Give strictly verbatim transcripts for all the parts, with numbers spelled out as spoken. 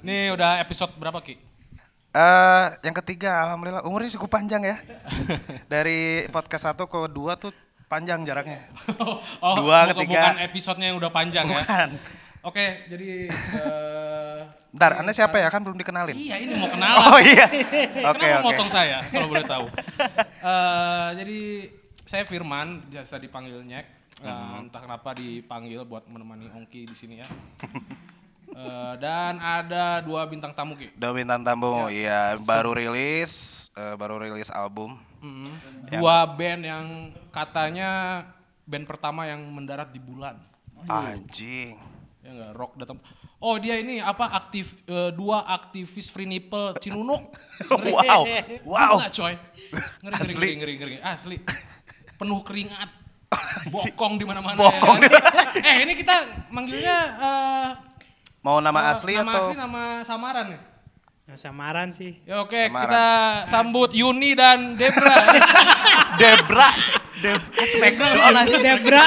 Ini udah episode berapa Ki? Uh, yang ketiga, alhamdulillah umurnya cukup panjang ya. Dari podcast satu ke dua tuh panjang jaraknya. oh, dua bukan, ketiga. Bukan episodenya yang udah panjang bukan. ya? Oke, jadi... Uh, Bentar, Anda siapa ya? Kan belum dikenalin. Iya, ini mau kenalan. Oh iya. Oke, Kenapa oke. motong saya, kalau boleh tahu? uh, jadi, saya Firman, biasa dipanggil Nyek. Uh, hmm. Entah kenapa dipanggil buat menemani Ongki di sini ya. Uh, dan ada dua bintang tamu Ki. Dua bintang tamu, iya. Ya, baru rilis, uh, baru rilis album. Mm-hmm. Dua yang... band yang katanya band pertama yang mendarat di bulan. Anjing. Ya enggak, rock datang. Oh dia ini apa aktif uh, dua aktivis free nipple Cinunuk. Wow, wow. Gila coy. Ngeri, ngeri, ngeri, ngeri, ngeri, asli. Penuh keringat. Bokong di mana-mana. Bokong. Ya. eh ini kita manggilnya. Uh, Mau nama uh, asli nama atau? Nama asli, nama samaran ya? Nah, samaran sih. Ya oke, samaran. Kita sambut Yuni dan Debra. Debra. Debra. Smackdown aja Debra.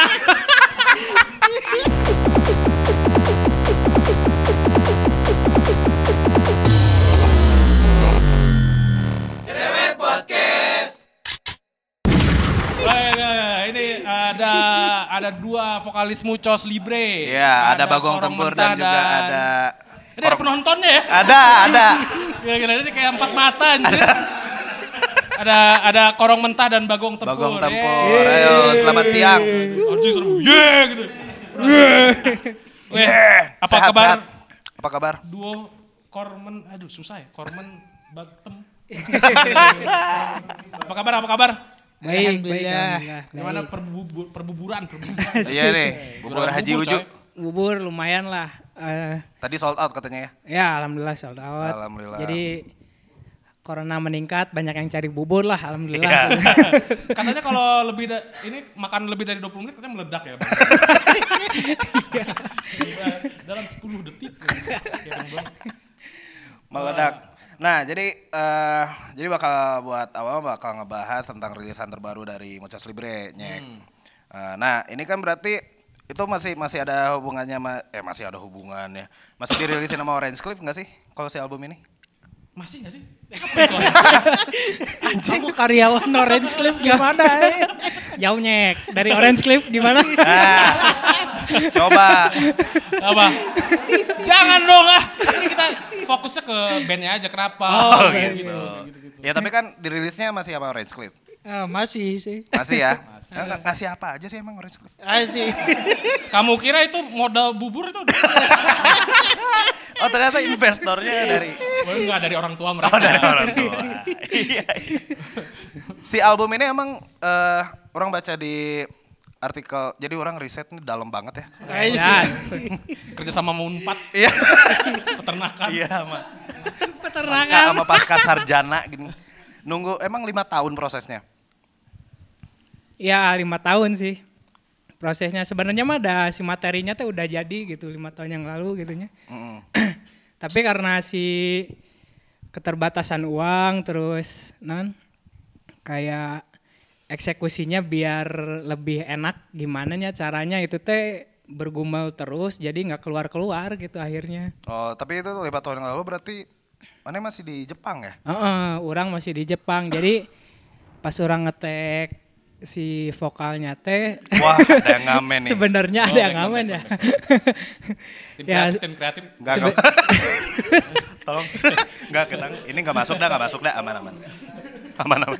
Cerewet Podcast. Ini ada ada dua vokalis Mucos Libre. Iya, ada, ada Bagong Tempur dan juga dan... ada. Ini ada penontonnya ya? Ada, ada. Gila-gila ini kayak empat mata anjir. ada ada Korong Mentah dan Bagong Tempur. Bagong Tempur. Ayo, selamat siang. Anjir seru. Yeah gitu. Yeah. Apa sehat, kabar? Sehat. Apa kabar? Duo Kormen, aduh susah ya. Kormen Bagtem. Apa kabar? Apa kabar? Baik, baik. Gimana perbubur, perbuburan? perbuburan. Iya nih, bubur Haji Uju. Bubur lumayan lah. Uh, Tadi sold out katanya ya? Ya, alhamdulillah sold out. Alhamdulillah. Jadi corona meningkat, banyak yang cari bubur lah, alhamdulillah. Ya. Katanya kalau lebih da- ini makan lebih dari dua puluh menit katanya meledak ya. Dalam sepuluh detik. Meledak. Nah, jadi uh, jadi bakal buat awal bakal ngebahas tentang rilisan terbaru dari Mucos Libre, Nyek. Hmm. Uh, nah, ini kan berarti itu masih masih ada hubungannya ma- eh masih ada hubungannya. Masih dirilisin sama Orange Cliff enggak sih kalau si album ini? Masih enggak sih? Anjing. Kamu karyawan Orange Cliff gimana? eh? Jauh Nyek. Dari Orange Cliff gimana? Nah, coba. Apa? Jangan dong ah. Ini kita fokusnya ke bandnya aja kenapa? Oh, gitu. Gitu, gitu, gitu. Ya tapi kan dirilisnya masih sama Orange Cliff. Uh, masih sih. Masih ya? Ng- ngasih apa aja sih emang Orange Cliff? Masih. Kamu kira itu modal bubur itu? Oh ternyata investornya dari... Oh enggak, dari orang tua mereka. Oh dari orang tua. Iya. Si album ini emang uh, orang baca di artikel, jadi orang riset ini dalam banget ya. Ya. Kerja sama Unpad. Iya. Peternakan. Iya sama. Peternakan. Pasca, sama pasca sarjana gini. Nunggu emang lima tahun prosesnya. Ya lima tahun sih prosesnya. Sebenarnya mah ada si materinya tuh udah jadi gitu lima tahun yang lalu gitunya. Mm. Tapi karena si keterbatasan uang terus non kayak eksekusinya biar lebih enak gimana nya caranya itu teh bergumul terus jadi nggak keluar keluar gitu akhirnya. Oh tapi itu lima tahun yang lalu berarti mana masih di Jepang ya? Heeh, uh, orang masih di Jepang jadi pas orang ngetek si vokalnya teh. Wah ada yang ngamen nih. Sebenarnya oh, ada yang ngamen ya. Tim ya, kreatif, tim kreatif. Enggak, enggak. Tolong. Enggak kenang. Ini enggak masuk dah, enggak masuk dah. Aman, aman. Aman, aman.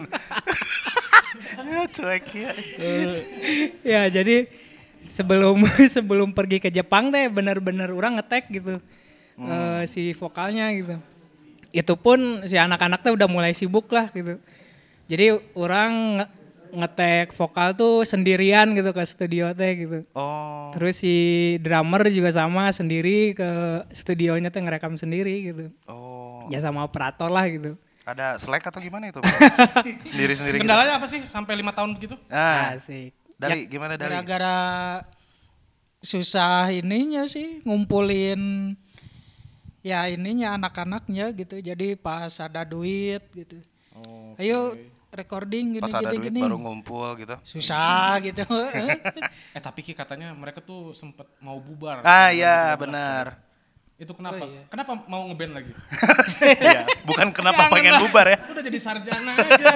Cuek ya. Ya, jadi sebelum sebelum pergi ke Jepang teh benar-benar orang ngetek gitu. Hmm. Uh, si vokalnya gitu. Itu pun si anak-anak teh udah mulai sibuk lah gitu. Jadi orang ngetek vokal tuh sendirian gitu ke studio teh gitu. Oh. Terus si drummer juga sama sendiri ke studionya teh ngerekam sendiri gitu. Oh. Ya sama operator lah gitu. Ada Slack atau gimana itu? Sendiri-sendiri. Kendalanya gitu. Apa sih sampai lima tahun begitu? Ah. Asik. Dari ya, gimana dari? Gara-gara susah ininya sih ngumpulin ya ininya anak-anaknya gitu. Jadi pas ada duit gitu. Oh, okay. Ayo recording gini pas ada gini, duit gini. baru ngumpul gitu. Susah gitu. eh tapi Ki katanya mereka tuh sempet mau bubar. Ah iya benar. Itu kenapa? Oh, iya. Kenapa mau ngeband lagi? Iya, bukan kenapa Jangan pengen lah. bubar ya. Udah jadi sarjana aja.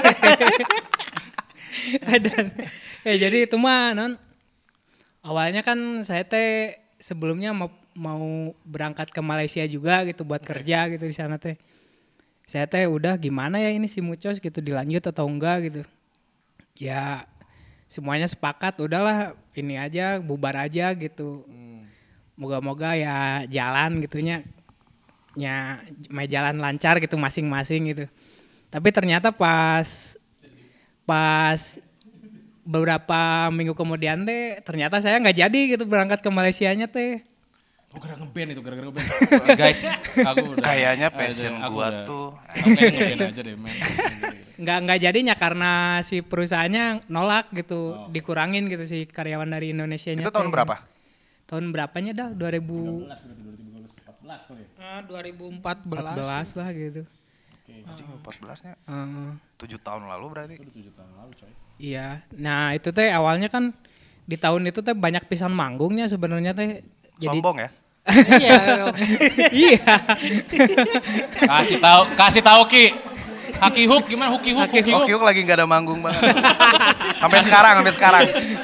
Dan ya jadi itu mah non awalnya kan saya teh sebelumnya mau, mau berangkat ke Malaysia juga gitu buat okay. kerja gitu di sana teh. Saya teh udah gimana ya ini si Mucos gitu dilanjut atau enggak gitu. Ya semuanya sepakat udahlah ini aja bubar aja gitu. Hmm. Moga-moga ya jalan gitunya. Ya main jalan lancar gitu masing-masing gitu. Tapi ternyata pas pas beberapa minggu kemudian teh ternyata saya nggak jadi gitu berangkat ke Malaysianya teh. Oh gara ngeband itu gara-gara ngeband. Guys, aku udah kayaknya passion aku gua udah, tuh. Aku kayak ngeband aja deh, men. Nggak nggak jadinya karena si perusahaannya nolak gitu, Oh. dikurangin gitu si karyawan dari Indonesianya. Itu tahun teh. berapa? Tahun berapanya dah? dua ribu empat belas kali ya? Ah, dua ribu empat belas. empat belas lah gitu. Anjing empat belasnya Uh, tujuh tahun lalu berarti. Udah tujuh tahun lalu, coy. iya. Nah itu teh awalnya kan di tahun itu teh banyak pisan manggungnya sebenarnya teh. Jadi Sombong ya? Iya. iya. Kasih tahu, kasih tahu Ki. Haki Hook gimana Huki Hook? Huki Oh, Hook. Kyuk lagi nggak ada manggung banget. Sampai sekarang, sampai sekarang.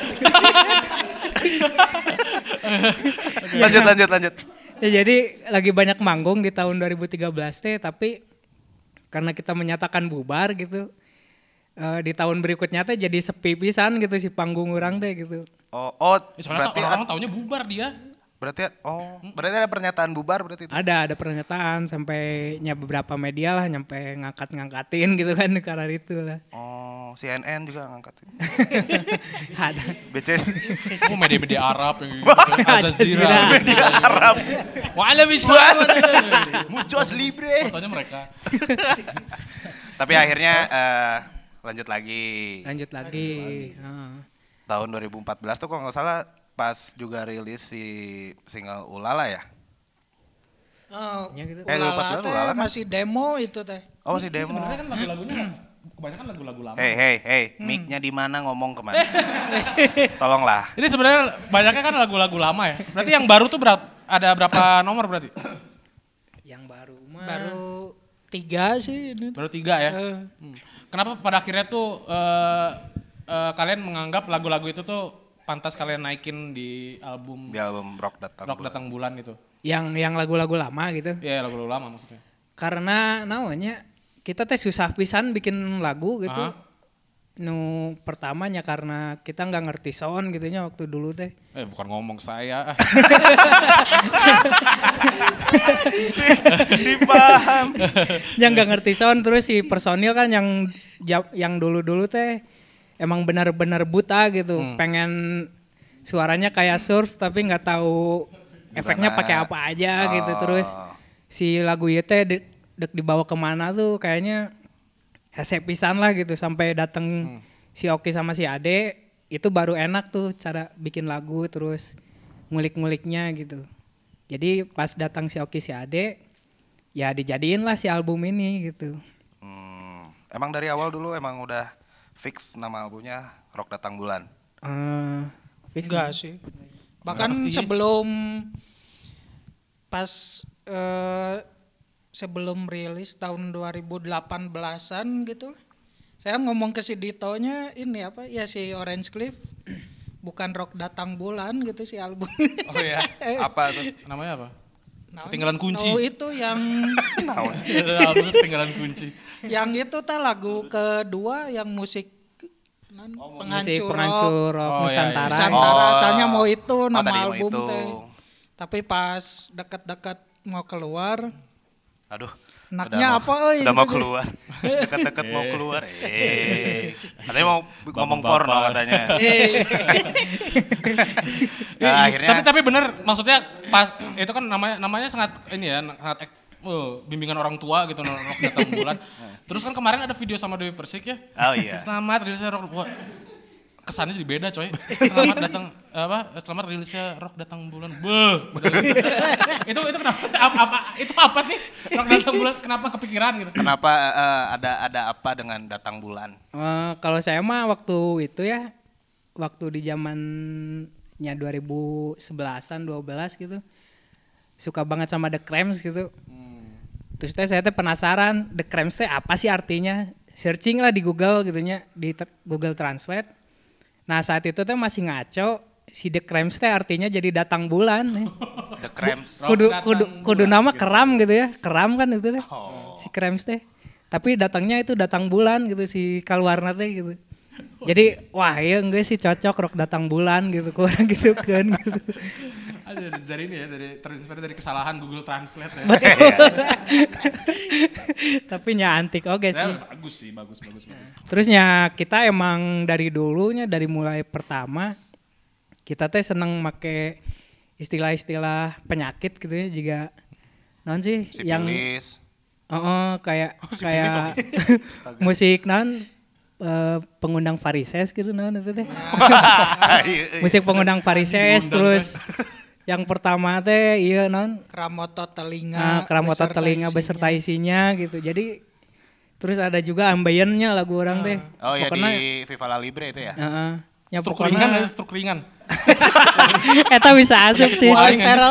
lanjut, lanjut, lanjut. Ya jadi lagi banyak manggung di tahun dua ribu tiga belas teh tapi karena kita menyatakan bubar gitu uh, di tahun berikutnya teh jadi sepi pisan gitu si panggung orang teh gitu. Oh, oh Ya, soalnya berarti orang-orang taunya bubar dia. berarti oh, berarti ada pernyataan bubar berarti itu. Ada ada pernyataan sampainya beberapa media lah nyampe ngangkat-ngangkatin gitu kan karena itu lah. Oh, C N N juga ngangkatin. Ada. B C Kamu media-media Arab yang gitu. Al Jazeera. Media Arab. Waalaikumsalam. Mucos Libre. Fotonya mereka. Tapi akhirnya eh, lanjut lagi. Lanjut lagi. Heeh. Tahun dua ribu empat belas tuh kalau nggak salah pas juga rilis si single Ulala ya? Oh, Ya gitu. Eh, dua ribu empat Ulala belas teh Ulala kan? masih demo itu teh. Oh masih demo. Sebenarnya kan lagu-lagunya kebanyakan lagu-lagu lama. Hey hey hey, mic-nya di mana ngomong kemana? Tolonglah. Ini sebenarnya banyaknya kan lagu-lagu lama ya. Berarti yang baru tuh berapa? Ada berapa nomor berarti? Yang baru mah Baru tiga sih ini. Baru tiga ya. Eh, Hmm. Kenapa pada akhirnya tuh eh, eh, kalian menganggap lagu-lagu itu tuh pantas kalian naikin di album Di album Rock Datang. Rock Datang Bulan itu? yang yang lagu-lagu lama gitu. Iya lagu-lagu lama maksudnya. Karena namanya kita teh susah pisan bikin lagu gitu. Ah. Nu pertamanya karena kita nggak ngerti sound gitunya waktu dulu teh. Eh bukan ngomong saya. si, si paham. Yang nggak ngerti sound terus si personil kan yang ja- yang dulu-dulu teh emang benar-benar buta gitu. Hmm. Pengen suaranya kayak surf tapi nggak tahu efeknya Gimana? pakai apa aja gitu. Oh. Terus si lagu itu teh de- dek dibawa kemana tuh kayaknya hese pisan lah gitu sampai dateng Hmm. si Oki sama si Ade itu baru enak tuh cara bikin lagu terus ngulik-nguliknya gitu. Jadi pas datang si Oki si Ade ya dijadiin lah si album ini gitu. Hmm, emang dari awal dulu emang udah fix nama albumnya Rock Datang Bulan. Eh, fix enggak sih. Bahkan Enggak, iya. sebelum pas eh, sebelum rilis tahun dua ribu delapan belasan gitu. Saya ngomong ke si Ditonya ini apa ya si Orange Cliff bukan Rock Datang Bulan gitu si album. Oh ya, apa tuh? Namanya apa? Nah, Ketinggalan kunci. Oh itu yang Album Ketinggalan Kunci. yang itu tah lagu kedua yang musik nan, musik penghancur rock. penghancur rock Oh, iya, iya. Nusantara. Nusantara Oh. asalnya mau itu Oh, nama tadi mau album itu. teh. Tapi pas dekat-dekat mau keluar, Aduh. enaknya udah apa mau, euy Udah gitu mau tuh. keluar. Deket-deket mau keluar. Eh. Katanya mau ngomong Bapak-bapak. porno katanya. Eh, Nah, akhirnya Tapi tapi bener maksudnya pas itu kan namanya namanya sangat ini ya sangat ek- oh, bimbingan orang tua gitu Rock Datang Bulan. Terus kan kemarin ada video sama Dewi Persik ya. Oh iya. Selamat rilisnya Rock. Wah, kesannya jadi beda coy. Selamat datang apa? Selamat rilisnya Rock Datang Bulan. Beuh. itu itu kenapa sih? Apa, apa itu apa sih? Rock Datang Bulan kenapa kepikiran gitu? Kenapa eh, ada ada apa dengan Datang Bulan? Eh, kalau saya mah waktu itu ya, waktu di zamannya dua ribu sebelas-an, dua belas gitu, suka banget sama The Cramps gitu. Hmm. Terus teh saya teh penasaran The Cramps teh apa sih artinya? Searching lah di Google gitunya, di ter- Google Translate. Nah saat itu teh masih ngaco, si The Cramps teh artinya jadi datang bulan. nih. The Cramps. Kudu Datang kudu kudu bulan nama gitu. keram gitu ya, keram kan itu teh. Oh. Si Cramps teh. Tapi datangnya itu datang bulan gitu si keluarna teh gitu. Jadi wah iya enggak sih cocok rok datang bulan gitu kurang gitu kan gitu. Ada dari ini ya, dari terinspirasi dari kesalahan Google Translate ya. Iya. Tapi nya antik oke sih. Ya, bagus sih, bagus, bagus, bagus. Terusnya kita emang dari dulunya dari mulai pertama kita teh seneng make istilah-istilah penyakit gitu ya juga non sih yang Sipilis. oh, oh, kayak Sipilis, kayak oke. musik non eh, pengundang Farises gitu non itu teh. Iya, iya. Musik pengundang Farises Diundang, terus yang pertama teh iya non Keramotot telinga. nah, keramotan beserta telinga isinya. beserta isinya gitu. Jadi terus ada juga ambience-nya lagu orang teh. Oh ya Pokoknya, di Viva La Libre itu ya. heeh. Ya Struk pokoknya ringan ada struk ringan. eta bisa asup sih. Wah, Steril.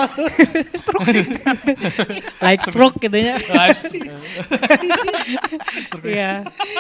Like stroke gitu nya. Live struk. Iya.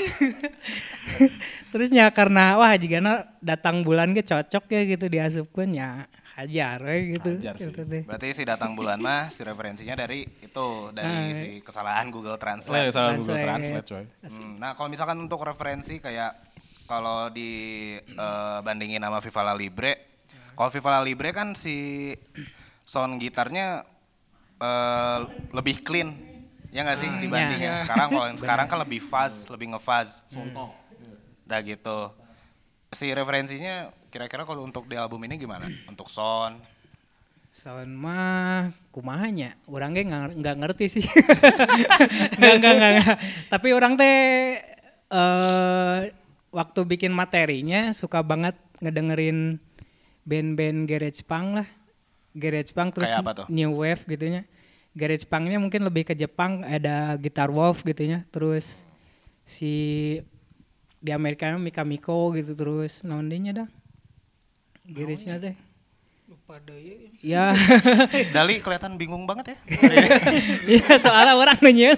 Terusnya karena wah jigana datang bulan ge cocok ya gitu diasupkeun ya hajar we gitu. Hajar sih. Gitu teh. Berarti si datang bulan mah si referensinya dari itu dari Ah, si kesalahan Google Oh, ya, Translate. salah Google Translate. Translate coy. Hmm, nah kalau misalkan untuk referensi kayak kalau di eh, bandingin sama Viva La Libre, kalau Viva La Libre kan si sound gitarnya eh, lebih clean, ya nggak sih dibanding ya. yang sekarang. Kalau yang sekarang kan lebih fuzz, lebih ngefuzz. Sontok. Udah gitu. Si referensinya kira-kira kalau untuk di album ini gimana? Untuk sound? Sound mah kumaha nya? Urang ge nggak nggak ngerti sih. Nggak nggak nggak. nggak. Tapi orang teh eh waktu bikin materinya suka banget ngedengerin band-band garage punk lah. Garage punk terus Kayak apa tuh? new wave gitunya. Garage punknya mungkin lebih ke Jepang, ada Guitar Wolf gitunya. Terus si di Amerika Mika Miko gitu terus naon dinya dah. Garage-nya teh. Lupa deui. Ya. Dali kelihatan bingung banget ya. Iya soalnya orang nanya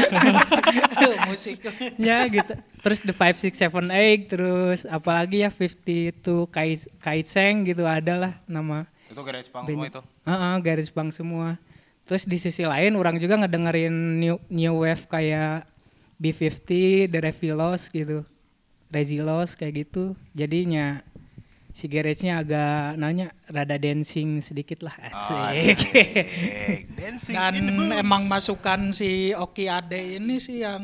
Musik. ya gitu. Terus The five six seven eight terus apalagi ya fifty two Kai Kaiseng gitu ada lah nama. Itu garage punk band. semua itu. Heeh, garis bang semua. Terus di sisi lain orang juga ngedengerin new, new wave kayak B fifty, The Revilos gitu. Rezilos kayak gitu. Jadinya si garage-nya agak nanya rada dancing sedikit lah asik. Asik. Dancing Dan in the mood. emang masukan si Oki Ade ini sih yang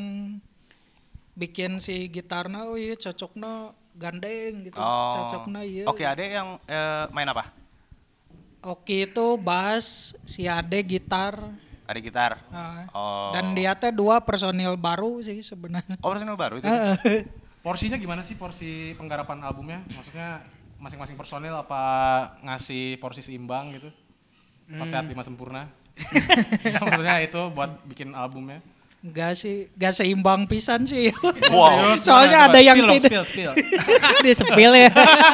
bikin si gitarnya oh iya cocoknya gandeng gitu. Oh. Cocoknya iya. Oke, ada yang eh, main apa? Oki itu bass, si Ade gitar. Ada gitar. Nah, Oh. Dan dia teh dua personil baru sih sebenarnya. Oh, personil baru itu. Porsinya gimana sih porsi penggarapan albumnya? Maksudnya masing-masing personil apa ngasih porsi seimbang gitu? Empat sehat lima sempurna. Maksudnya itu buat bikin albumnya. Enggak sih, enggak seimbang pisan sih. Wow. Soalnya Coba, ada yang spill dong, tidak. spill, spill. Dia sepil ya.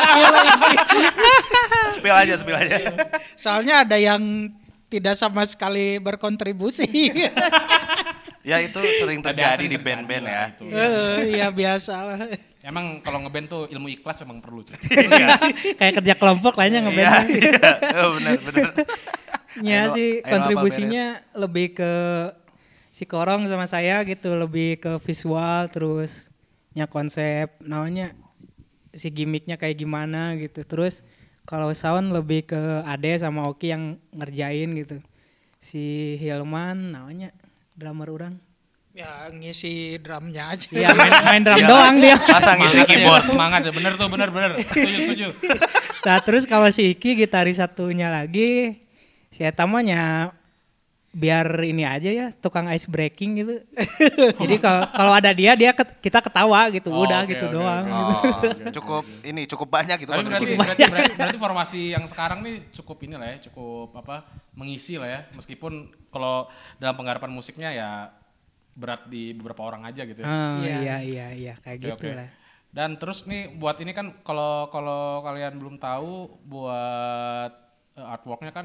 Spill aja, spill aja. Soalnya ada yang tidak sama sekali berkontribusi. Ya itu sering terjadi Sering di terjadi band-band lah ya. itu. Eh, Iya biasa lah. Emang kalau ngeband tuh ilmu ikhlas emang perlu cuy. Kayak kerja kelompok lainnya Iya, ngeband. iya. Oh, benar, benar. Ya Ayo, sih ayo apa kontribusinya lebih ke si Korong sama saya gitu, lebih ke visual terus nya konsep namanya si gimmicknya kayak gimana gitu. Terus kalau sound lebih ke Ade sama Oki yang ngerjain gitu. Si Hilman namanya drummer orang. Ya ngisi drumnya aja. Iya main, main drum Iya. doang dia. Masa ngisi Semangat ya, keyboard. semangat ya, bener tuh, bener bener. Setuju, setuju. Nah terus kalau si Iki gitaris satunya lagi si Eta mah nya biar ini aja ya tukang ice breaking gitu. Jadi kalau kalau ada dia dia ket- kita ketawa gitu, Oh, udah oke, gitu oke, doang. oke. Gitu. Oh, cukup ini cukup banyak gitu Tapi berarti, kontribusinya. berarti, berarti, berarti formasi yang sekarang nih cukup ini lah ya, cukup apa mengisi lah ya. Meskipun kalau dalam penggarapan musiknya ya berat di beberapa orang aja gitu ya. Oh, Iya. iya iya iya kayak Oke, gitu oke. lah. Dan terus nih buat ini kan kalau kalau kalian belum tahu buat uh, artworknya kan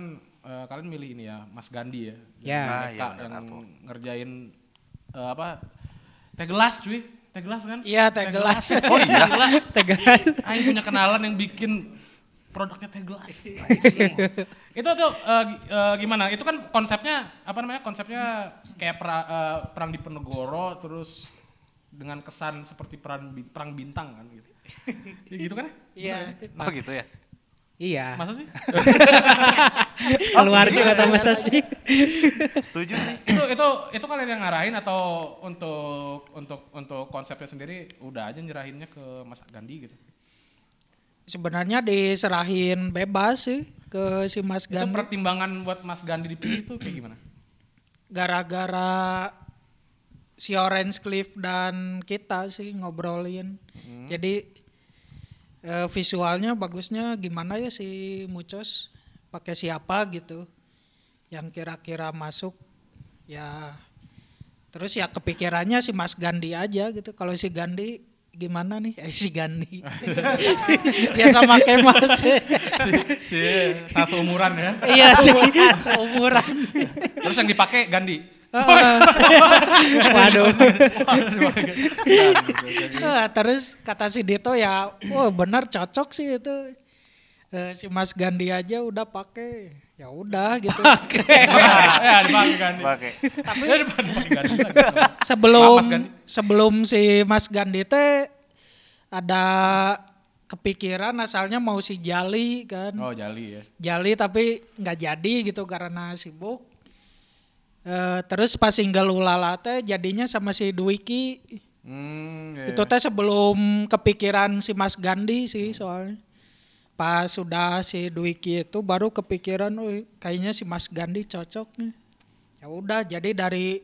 uh, kalian milih ini ya, Mas Gandhi ya. Ya. Yang Ah, mereka iya benar, yang Arvo. ngerjain uh, apa? Teh gelas cuy. Teh gelas kan? Iya, teh gelas. Oh iya. Gila. Tegas. Aing punya kenalan yang bikin produknya teh gelas. Itu tuh uh, gi- uh, gimana? Itu kan konsepnya apa namanya? Konsepnya kayak pra- uh, perang di Penegoro terus dengan kesan seperti perang bi- perang bintang kan gitu. Ya gitu kan? Iya. Oh gitu ya. Iya. Masa sih? Keluar juga sama masa sih. Setuju sih. itu itu itu kalian yang ngarahin atau untuk untuk untuk konsepnya sendiri udah aja nyerahinnya ke Mas Gandhi gitu? Sebenarnya diserahin bebas sih ke si Mas Itu Gandhi. pertimbangan buat Mas Gandhi dipilih itu kayak gimana? Gara-gara si Orange Cliff dan kita sih ngobrolin. Hmm. Jadi eh, visualnya bagusnya gimana ya si Mucos pakai siapa gitu yang kira-kira masuk ya. Terus ya kepikirannya si Mas Gandhi aja gitu. Kalau si Gandhi gimana nih? Eh, si Gandhi. Ya sama kayak Mas. si si satu umuran ya. Iya sih, seumuran. Terus yang dipakai Gandhi. Waduh. Ah, terus kata si Dito ya, wah benar cocok sih itu. Eh, si Mas Gandhi aja udah pakai. Ya udah gitu. Ya dipakai Gandhi. Pakai. Tapi ya dipakai Gandhi. Sebelum Mas Gandhi. sebelum si Mas Gandhi teh ada kepikiran asalnya mau si Jali kan. Oh Jali ya. Jali tapi nggak jadi gitu karena sibuk. Eh, terus pas single Ulala teh jadinya sama si Dwiki. Hmm, ya. Itu teh sebelum kepikiran si Mas Gandhi sih soalnya. Pas sudah si Dwiki itu baru kepikiran, oh kayaknya si Mas Gandhi cocok nih. Ya udah, jadi dari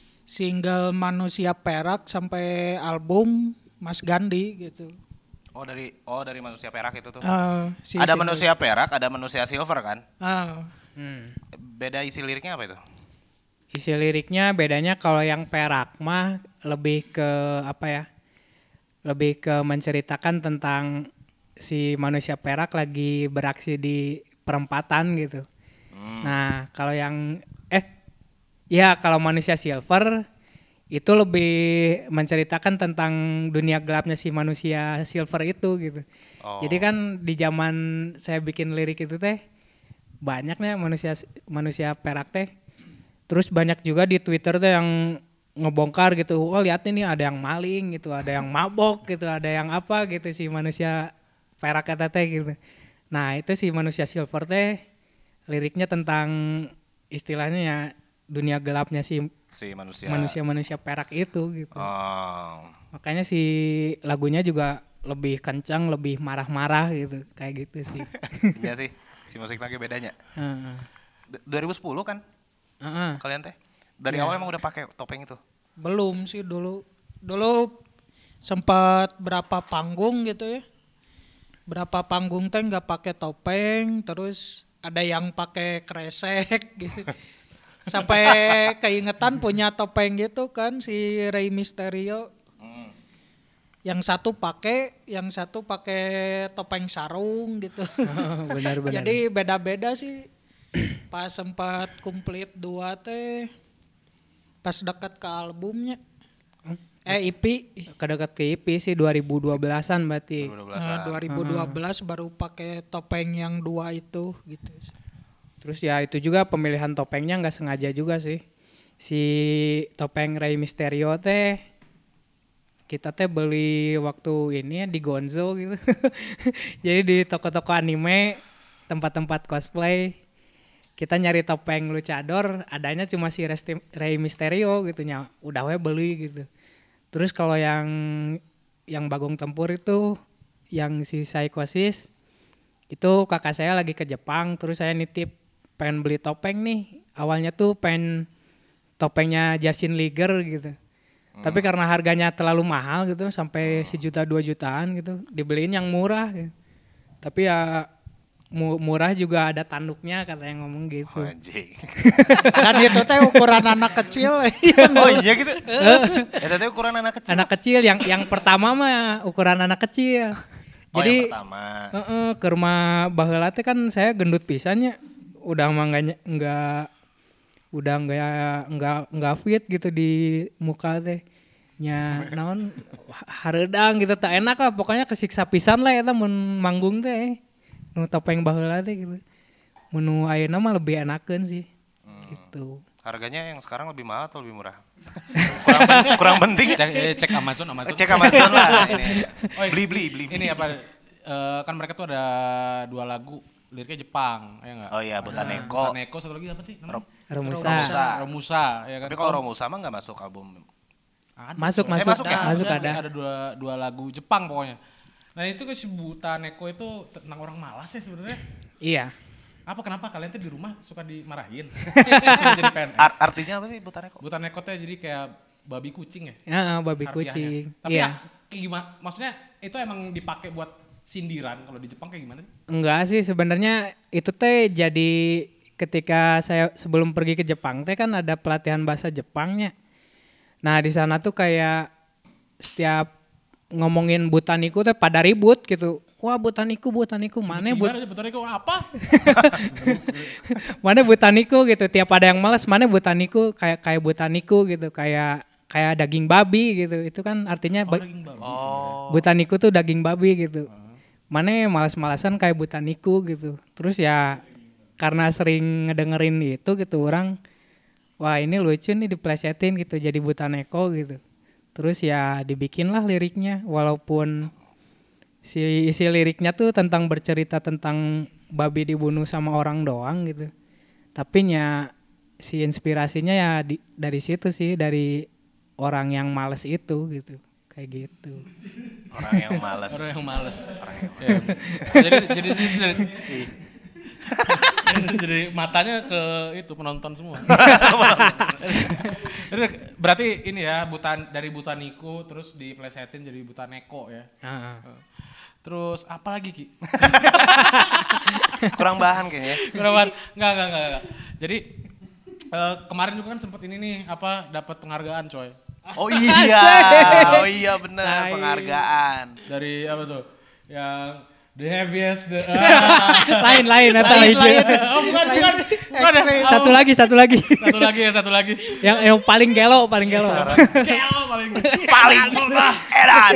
single Manusia Perak sampai album Mas Gandhi gitu. Oh dari oh dari manusia perak itu tuh. Eh, si ada single- manusia perak, ada manusia silver kan? Ah, Hmm. Beda isi liriknya apa itu? Isi liriknya bedanya kalau yang perak mah lebih ke apa ya? Lebih ke menceritakan tentang si manusia perak lagi beraksi di perempatan gitu. Hmm. Nah, kalau yang eh ya kalau manusia silver itu lebih menceritakan tentang dunia gelapnya si manusia silver itu gitu. Oh. Jadi kan di zaman saya bikin lirik itu teh banyaknya manusia manusia perak teh. Terus banyak juga di Twitter teh yang ngebongkar gitu. Oh, lihat nih ada yang maling gitu, ada yang mabok gitu, ada yang apa gitu si manusia perak kata teh gitu. Nah, itu si manusia silver teh liriknya tentang istilahnya ya dunia gelapnya si Si manusia. manusia-manusia perak itu gitu. Oh. Makanya si lagunya juga lebih kencang, lebih marah-marah gitu, kayak gitu sih. Iya sih. Si musik lagi bedanya. Heeh. D- dua ribu sepuluh kan Heeh. kalian teh? Dari awal emang udah pakai topeng itu? belum sih dulu. Dulu sempat berapa panggung gitu ya. Berapa panggung teh nggak pakai topeng, terus ada yang pakai kresek gitu. Sampai keingetan punya topeng gitu kan si Rey Mysterio. Hmm. Yang satu pakai, yang satu pakai topeng sarung gitu. Benar-benar. Jadi beda-beda sih. Pas sempat komplit dua teh pas dekat ke albumnya. Eh I P. Kedekat ke I P sih dua ribu dua belasan berarti. dua ribu dua belas. Nah, dua ribu dua belas baru pakai topeng yang dua itu gitu. Terus ya itu juga pemilihan topengnya nggak sengaja juga sih. Si topeng Rey Mysterio teh kita teh beli waktu ini ya di Gonzo gitu. Jadi di toko-toko anime, tempat-tempat cosplay, kita nyari topeng luchador, adanya cuma si Resti- Rey Mysterio gitu nya. Udah we beli gitu. Terus kalau yang yang Bagong Tempur itu yang si Psychosis itu kakak saya lagi ke Jepang, terus saya nitip pengen beli topeng nih. Awalnya tuh pengen topengnya Justin Liger gitu. Hmm. Tapi karena harganya terlalu mahal gitu, sampai sejuta dua jutaan gitu, dibeliin yang murah gitu. Tapi ya mu- murah juga ada tanduknya kata yang ngomong gitu. Oh, anjing. Dan itu teh ukuran anak kecil. Oh iya gitu. Ya tadi ukuran anak kecil. Anak kecil yang yang pertama mah ukuran anak kecil. Oh, Jadi yang pertama. heeh, ke rumah baheula teh kan saya gendut pisannya. udah mah nggak ny- nggak udah nggak nggak nggak fit gitu di muka teh nya naon hareudang gitu tak enak lah pokoknya kesiksa pisan lah eta mun manggung teh nu topeng baheula teh gitu mun nu ayeuna mah lebih enakeun sih gitu. Harganya yang sekarang lebih mahal atau lebih murah? kurang pen- kurang penting. Cek, eh, cek Amazon, Amazon. Cek Amazon lah ini. Oh, iya. Beli beli beli. Ini apa? eh, kan mereka tuh ada dua lagu liriknya Jepang, ya enggak? Oh iya, Botaneko. Botaneko satu lagi apa sih? namanya? Romusa. Romusa. Romusa, ya kan? Tapi kalau Romusa mah nggak masuk album. Ada, Masuk, soalnya. masuk, masuk ya? masuk Ada, ada. ada dua, dua lagu Jepang pokoknya. Nah itu kan si Botaneko itu tentang orang malas ya sebenarnya. Iya. Apa kenapa kalian tuh di rumah suka dimarahin? Suka jadi P N S. Art- artinya apa sih Botaneko? Botaneko tuh jadi kayak babi kucing ya. Heeh, babi harfiahnya. kucing. Tapi Iya. ya, kayak gimana? Maksudnya itu emang dipakai buat sindiran kalau di Jepang kayak gimana sih? Enggak sih sebenarnya itu teh jadi ketika saya sebelum pergi ke Jepang teh kan ada pelatihan bahasa Jepangnya. Nah di sana tuh kayak setiap ngomongin botaniku teh pada ribut gitu. Wah botaniku botaniku mana but Gimana sih Botaneko apa? mana botaniku gitu. Tiap ada yang malas mana botaniku kayak kayak botaniku gitu kayak kayak daging babi gitu. Itu kan artinya Oh, ba- daging babi. Oh. botaniku tuh daging babi gitu. Mana malas-malasan kayak botaniku gitu. Terus ya karena sering ngedengerin itu gitu orang wah ini lucu nih diplesetin gitu jadi botaneko gitu. Terus ya dibikinlah liriknya walaupun si isi liriknya tuh tentang bercerita tentang babi dibunuh sama orang doang gitu. Tapi nya si inspirasinya ya di- dari situ sih dari orang yang males itu gitu. Kayak gitu. Orang yang malas. Orang yang males. Orang yang Ya. jadi jadi jadi, jadi, jadi matanya ke itu penonton semua. Jadi berarti ini ya butan dari Botaniku terus diplesetin jadi Botaneko ya. Heeh. Terus apa lagi Ki? kurang bahan kayaknya. Kenapa? Enggak, enggak, enggak, enggak. Jadi eh, kemarin juga kan sempat ini nih apa dapat penghargaan coy. Oh iya, oh iya benar Tai. penghargaan. Dari apa tuh? Yang the heaviest the lain lain atau Lain, lain. lain. Oh bukan bukan. Bukan ya? Oh, Satu lagi satu lagi. Satu lagi ya, satu lagi. yang yang paling gelo paling gelo. Kelo paling Paling edan.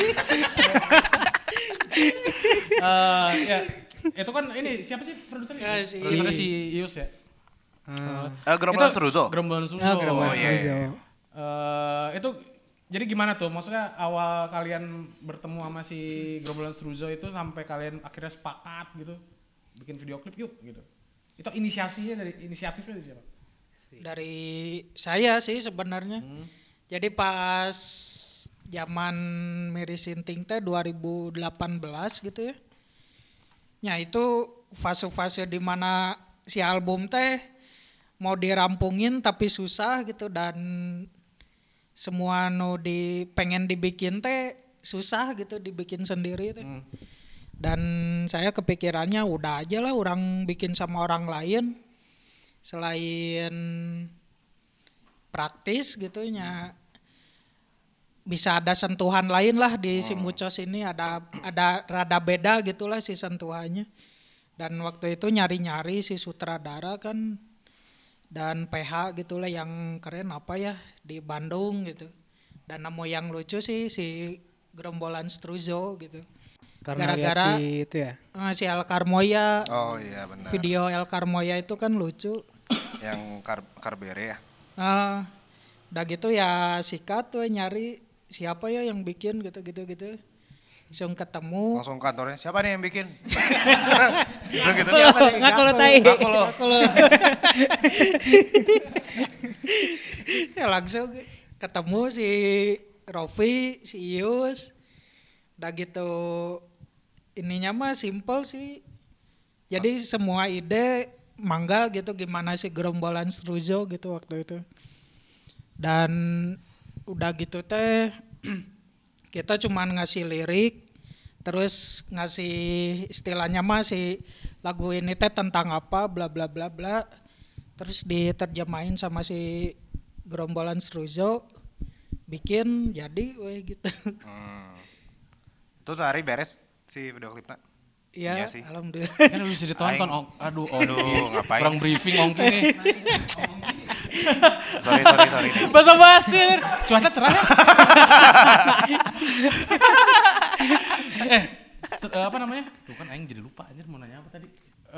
Eh, ya itu kan ini siapa sih produsernya? Ya, si- Produsernya si Ius ya. Ah. Eh, Gerombolan Itu Seruzo. Gerombolan Suso. Oh, Gerombolan Oh, iya, Suzo. iya. Eh, itu jadi gimana tuh? Maksudnya awal kalian bertemu sama si Gerombolan Struzo itu sampai kalian akhirnya sepakat gitu bikin video klip yuk gitu. Itu inisiasinya dari inisiatifnya dari siapa? Dari saya sih sebenarnya. Hmm. Jadi pas zaman Mary Sinting teh dua ribu delapan belas gitu ya. Ya itu fase-fase di mana si album teh mau dirampungin tapi susah gitu dan semua no di pengen dibikin teh susah gitu dibikin sendiri teh. Hmm. Dan saya kepikirannya udah aja lah orang bikin sama orang lain selain praktis gitu nya bisa ada sentuhan lain lah di si Mucos ini ada ada rada beda gitulah si sentuhannya. Dan waktu itu nyari-nyari si sutradara kan dan P H gitulah yang keren apa ya di Bandung gitu. Dan nemu yang lucu sih si Gerombolan Struzo gitu. Karena Gara-gara- si itu ya. Eh, si El Carmoya, Oh iya benar. video El Carmoya itu kan lucu. Yang kar Karbere ya. Ah, udah gitu ya sikat tuh nyari siapa ya yang bikin gitu-gitu gitu. Langsung ketemu. Langsung kantornya. Siapa nih yang bikin? Langsung gitu. Siapa nih? Ngaku lo Gaku. tai. Aku loh. Aku loh. Ya langsung ketemu si Rofi, si Ius. Udah gitu ininya mah simple sih. Jadi semua ide mangga gitu gimana sih Gerombolan Struzo gitu waktu itu. Dan udah gitu teh kita cuman ngasih lirik terus ngasih istilahnya mah si lagu ini teh tentang apa bla bla bla bla terus diterjemahin sama si Gerombolan Struzo bikin jadi weh gitu. Hmm. Itu sehari beres si video klipnya. Iya, Iya sih. alhamdulillah. Kan bisa ditonton. Aing- Ong. Aduh, Aduh, Ongki. ngapain? Kurang briefing Ongki nih. Sorry sorry sorry. nih. Bahasa basi. Cuaca cerah ya? eh, t- eh, apa namanya? Tuh kan aing jadi lupa anjir mau nanya apa tadi.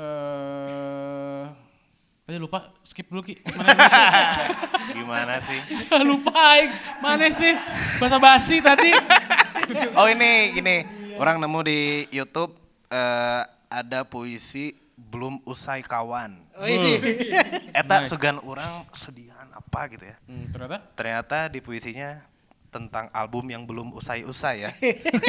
Eh, aja lupa, skip dulu Ki. Mana Gimana sih? lupa aing. Mana sih? Bahasa basi tadi. Oh ini gini, orang nemu di YouTube eh, ada puisi belum usai kawan. Oh ini. Eta sugan orang sedihan apa gitu ya. Hmm, ternyata Ternyata di puisinya tentang album yang belum usai-usai ya.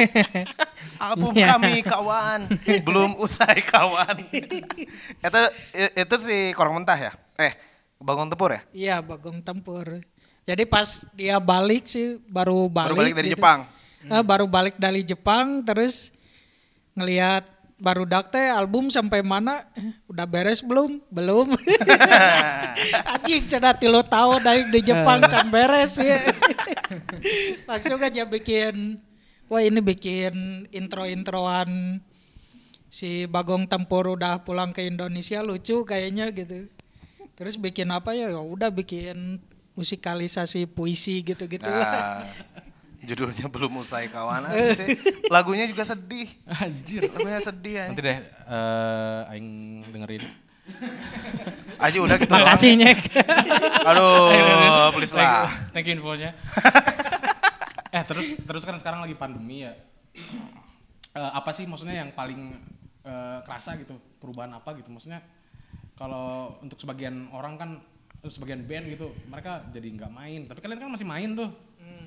Album Iya. kami kawan, belum usai kawan. Itu itu si Korong Mentah ya? Eh, Bangun Tempur ya? Iya, Bagong Tempur. Jadi pas dia balik sih baru balik. Baru balik dari gitu. Jepang. Eh, baru balik dari Jepang terus ngelihat baru dak teh album sampai mana? Eh, udah beres belum? Belum. Anjing cenah tilu tahun dari di Jepang can beres ya. Langsung aja bikin wah ini bikin intro-introan si Bagong Tempur udah pulang ke Indonesia lucu kayaknya gitu. Terus bikin apa ya? Ya udah bikin musikalisasi puisi gitu-gitu lah. Nah, judulnya belum usai kawan aja sih. Lagunya juga sedih. anjir. Lagunya sedih Nanti aja. deh eh aing dengerin. Aja udah gitu doang. Makasih Nyek. Aduh, please Thank you, lah. thank you infonya. eh terus terus kan sekarang lagi pandemi ya. Eh, apa sih maksudnya yang paling eh, kerasa gitu perubahan apa gitu maksudnya kalau untuk sebagian orang kan untuk sebagian band gitu mereka jadi nggak main tapi kalian kan masih main tuh.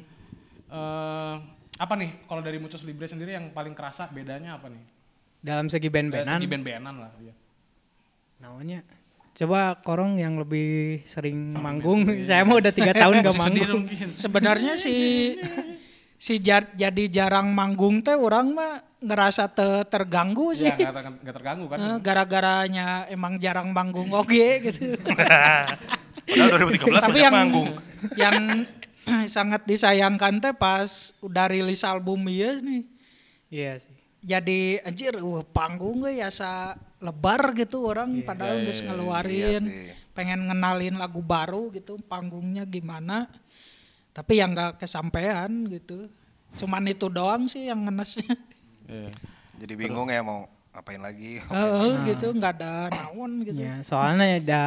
Eh, apa nih kalau dari Muchos Libre sendiri yang paling kerasa bedanya apa nih? Dalam segi Dari band-bandan. segi band-bandan lah. Ya. Namanya. Coba Korong yang lebih sering manggung. Saya mah udah tiga tahun gak Musik sendiri manggung. mungkin. Sebenarnya si si jar- jadi jarang manggung teh orang mah ngerasa te- terganggu sih. Ya nggak ter- nggak terganggu kan. Eh, gara-garanya emang jarang manggung oke gitu. Padahal dua ribu tiga belas Tapi banyak yang manggung. yang sangat disayangkan teh pas udah rilis album ieu nih. Iya sih. Jadi anjir uh, panggung ge asa lebar gitu orang Iya, padahal iya, geus iya, ngeluarin iya sih. pengen ngenalin lagu baru gitu panggungnya gimana. Tapi yang enggak kesampaian gitu. Cuman itu doang sih yang ngenesnya. Iya. Jadi bingung ya mau ngapain lagi. Heeh gitu enggak ada naon gitu. Ya, soalnya ada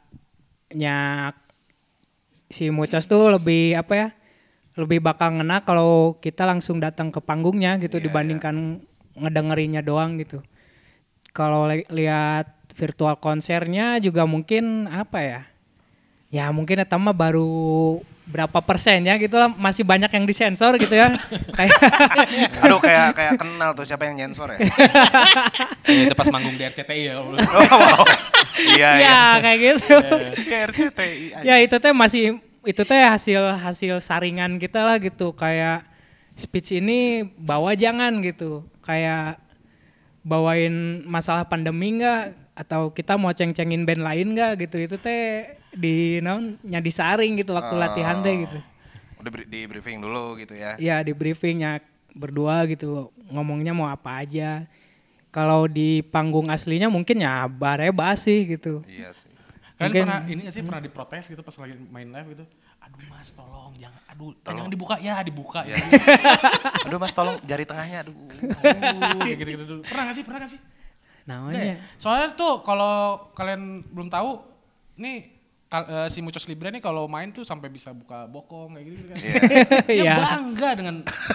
nyak si Muchos tuh lebih apa ya? Lebih bakal ngena kalau kita langsung datang ke panggungnya gitu Iya, dibandingkan ngedengerinnya doang gitu. Kalau li- lihat virtual konsernya juga mungkin apa ya? Ya mungkin eta mah baru berapa persen ya gitu lah, masih banyak yang disensor gitu ya. Kayak Aduh kayak kayak kenal tuh siapa yang nyensor ya. Eh, itu pas manggung di R C T I ya. Oh, wow. Iya iya. ya kayak gitu. R C T I. Ya itu teh masih itu teh hasil hasil saringan kita lah gitu, kayak speech ini bawa jangan gitu, kayak bawain masalah pandemi enggak atau kita mau ceng-cengin band lain enggak gitu, itu teh di naon nya disaring gitu waktu Oh. latihan teh gitu. Udah bri- di briefing dulu gitu ya. Ya di briefingnya berdua gitu ngomongnya mau apa aja. Kalau di panggung aslinya mungkin ya bare basi gitu. Iya sih. Kalian Mungkin- pernah ini nggak sih pernah diprotes gitu pas lagi main live gitu? Aduh mas tolong jangan, aduh jangan dibuka ya dibuka. Iya. Ya. Aduh Mas tolong jari tengahnya aduh. Aduh, kayak gitu-gitu dulu. Pernah nggak sih? Pernah nggak sih? Nggak ya? Namanya. Soalnya tuh kalau kalian belum tahu, nih kal- eh, si Muchos Libre nih kalau main tuh sampai bisa buka bokong kayak gitu kan. Iya. Dia Iya. bangga dengan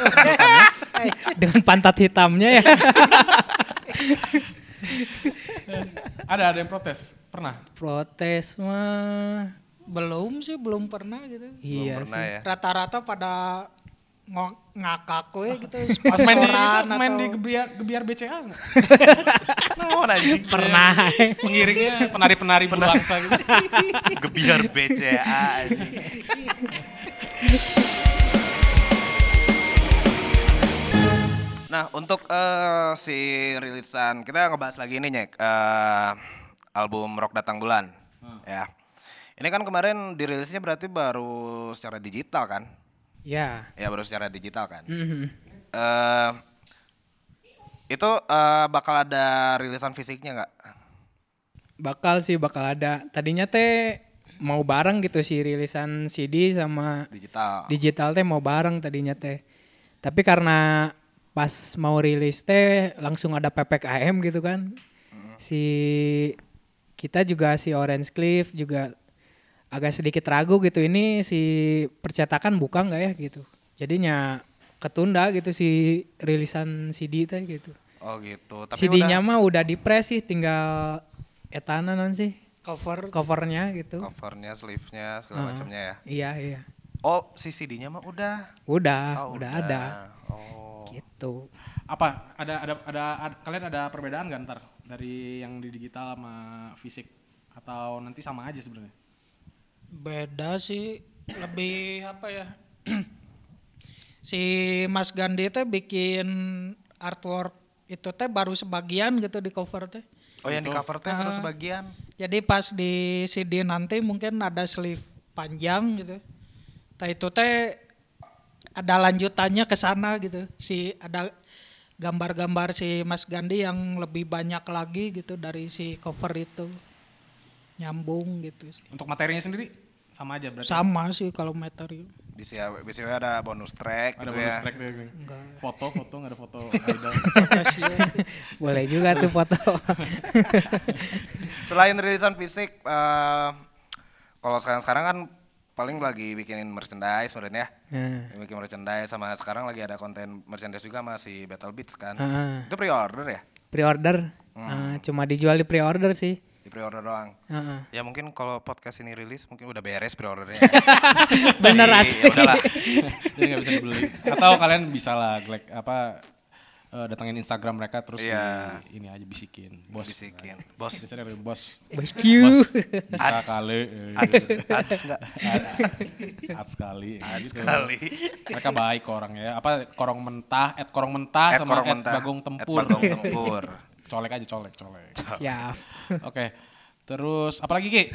Dengan pantat hitamnya ya. ada ada yang protes. Pernah? Protes mah Belum sih belum pernah gitu. iya Belum pernah sih. ya. Rata-rata pada ngo- ngakak we gitu Pas main di sponsoran itu, main atau di gebiar, gebiar B C A nggak? Oh, anjing. Pernah. Pengiringnya penari-penari berbangsa gitu. Gebiar B C A anjing. Nah, untuk eh, si rilisan kita ngebahas lagi ini Nyek, eh, album Rock Datang Bulan. Ya. Ini kan kemarin dirilisnya berarti baru secara digital kan? Ya. Ya baru secara digital kan. Mhm. Eh, Itu uh, bakal ada rilisan fisiknya nggak? Bakal sih, bakal ada. Tadinya teh mau bareng gitu sih rilisan C D sama Digital. digital teh mau bareng tadinya teh. Tapi karena pas mau rilis teh langsung ada P P K M gitu kan. Hmm. Si kita juga si Orange Cliff juga agak sedikit ragu gitu, ini si percetakan buka nggak ya gitu. Jadinya ketunda gitu si rilisan C D teh gitu. Oh gitu. Tapi C D-nya udah mah udah di-press sih, tinggal etana non sih Cover. covernya gitu. covernya, sleeve-nya, segala Ah, macamnya ya. Iya iya. Oh, si C D-nya mah udah. Udah, Oh, udah ada. Oh. Gitu. Apa ada ada ada, ada kalian ada perbedaan nggak ntar dari yang di digital sama fisik atau nanti sama aja sebenarnya? Beda sih, lebih apa ya? Si Mas Gandhi teh bikin artwork itu teh baru sebagian gitu di cover teh. Oh, yang di cover teh baru Ah. sebagian. Jadi pas di C D nanti mungkin ada sleeve panjang gitu. Tah itu teh ada lanjutannya ke sana gitu. Si ada gambar-gambar si Mas Gandhi yang lebih banyak lagi gitu dari si cover itu. Nyambung gitu sih. Untuk materinya sendiri sama aja berarti. Sama sih kalau materi. Bisa bisa ada bonus track Ada gitu bonus ya. track deh. Enggak. Foto foto nggak ada foto idol. Makasih ya. Boleh juga tuh foto. Selain rilisan fisik, eh, kalau sekarang-sekarang kan paling lagi bikinin merchandise sebenarnya. Nah, Bikin merchandise sama sekarang lagi ada konten merchandise juga masih Battle Beats kan. ah, Itu pre-order ya? pre-order. Ah, cuma dijual di pre-order sih. Di pre-order doang. Ah, ah. Ya mungkin kalau podcast ini rilis mungkin udah beres pre-ordernya. Bener Jadi, asli. ya udahlah. Jadi nggak bisa dibeli. Atau kalian bisa lah like, apa eh, datangin Instagram mereka terus Iya. di, ini aja bisikin. Bos. Bisikin. Bos. Biasanya dari bos. Bos Q. Bos. Bisa Ads. kali. eh, Ads, ads enggak? Ads sekali. Ads gitu. sekali. Mereka baik kok orangnya. Apa korong mentah, at korong mentah At sama Korong at Mentah. bagong At tempur. Bagong Tempur. Colek aja colek, colek. Ya. Oke. Terus apalagi Ki?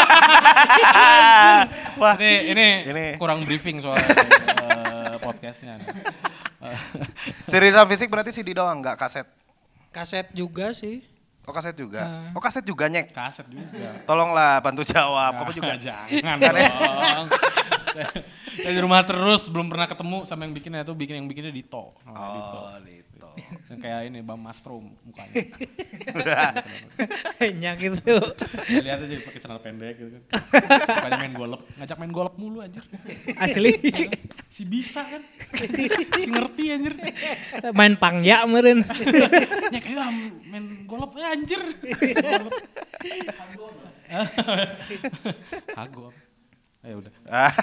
Wah, ini, ini ini- kurang briefing soal eh, podcastnya. nih. Eh, si rilisan fisik berarti C D doang, nggak kaset. Kaset juga sih. Oh kaset juga. Nah. Oh kaset juga Nyek. Kaset juga. Tolonglah bantu jawab. Kamu juga. Jangan dong. Saya saya di rumah terus belum pernah ketemu sama yang bikinnya itu bikin yang bikinnya Dito. Oh, Dito. Oh, Dito. Yang kayak ini Bang Mastrom mukanya. Nyak gitu. Ya, lihat aja pakai celana pendek gitu kan. Bukannya main golep, ngajak main golep mulu anjir. Asli. Si bisa kan. Si ngerti anjir. Main pangya meureun. Ya kayak main golep ya anjir. Hagop. Ayo udah.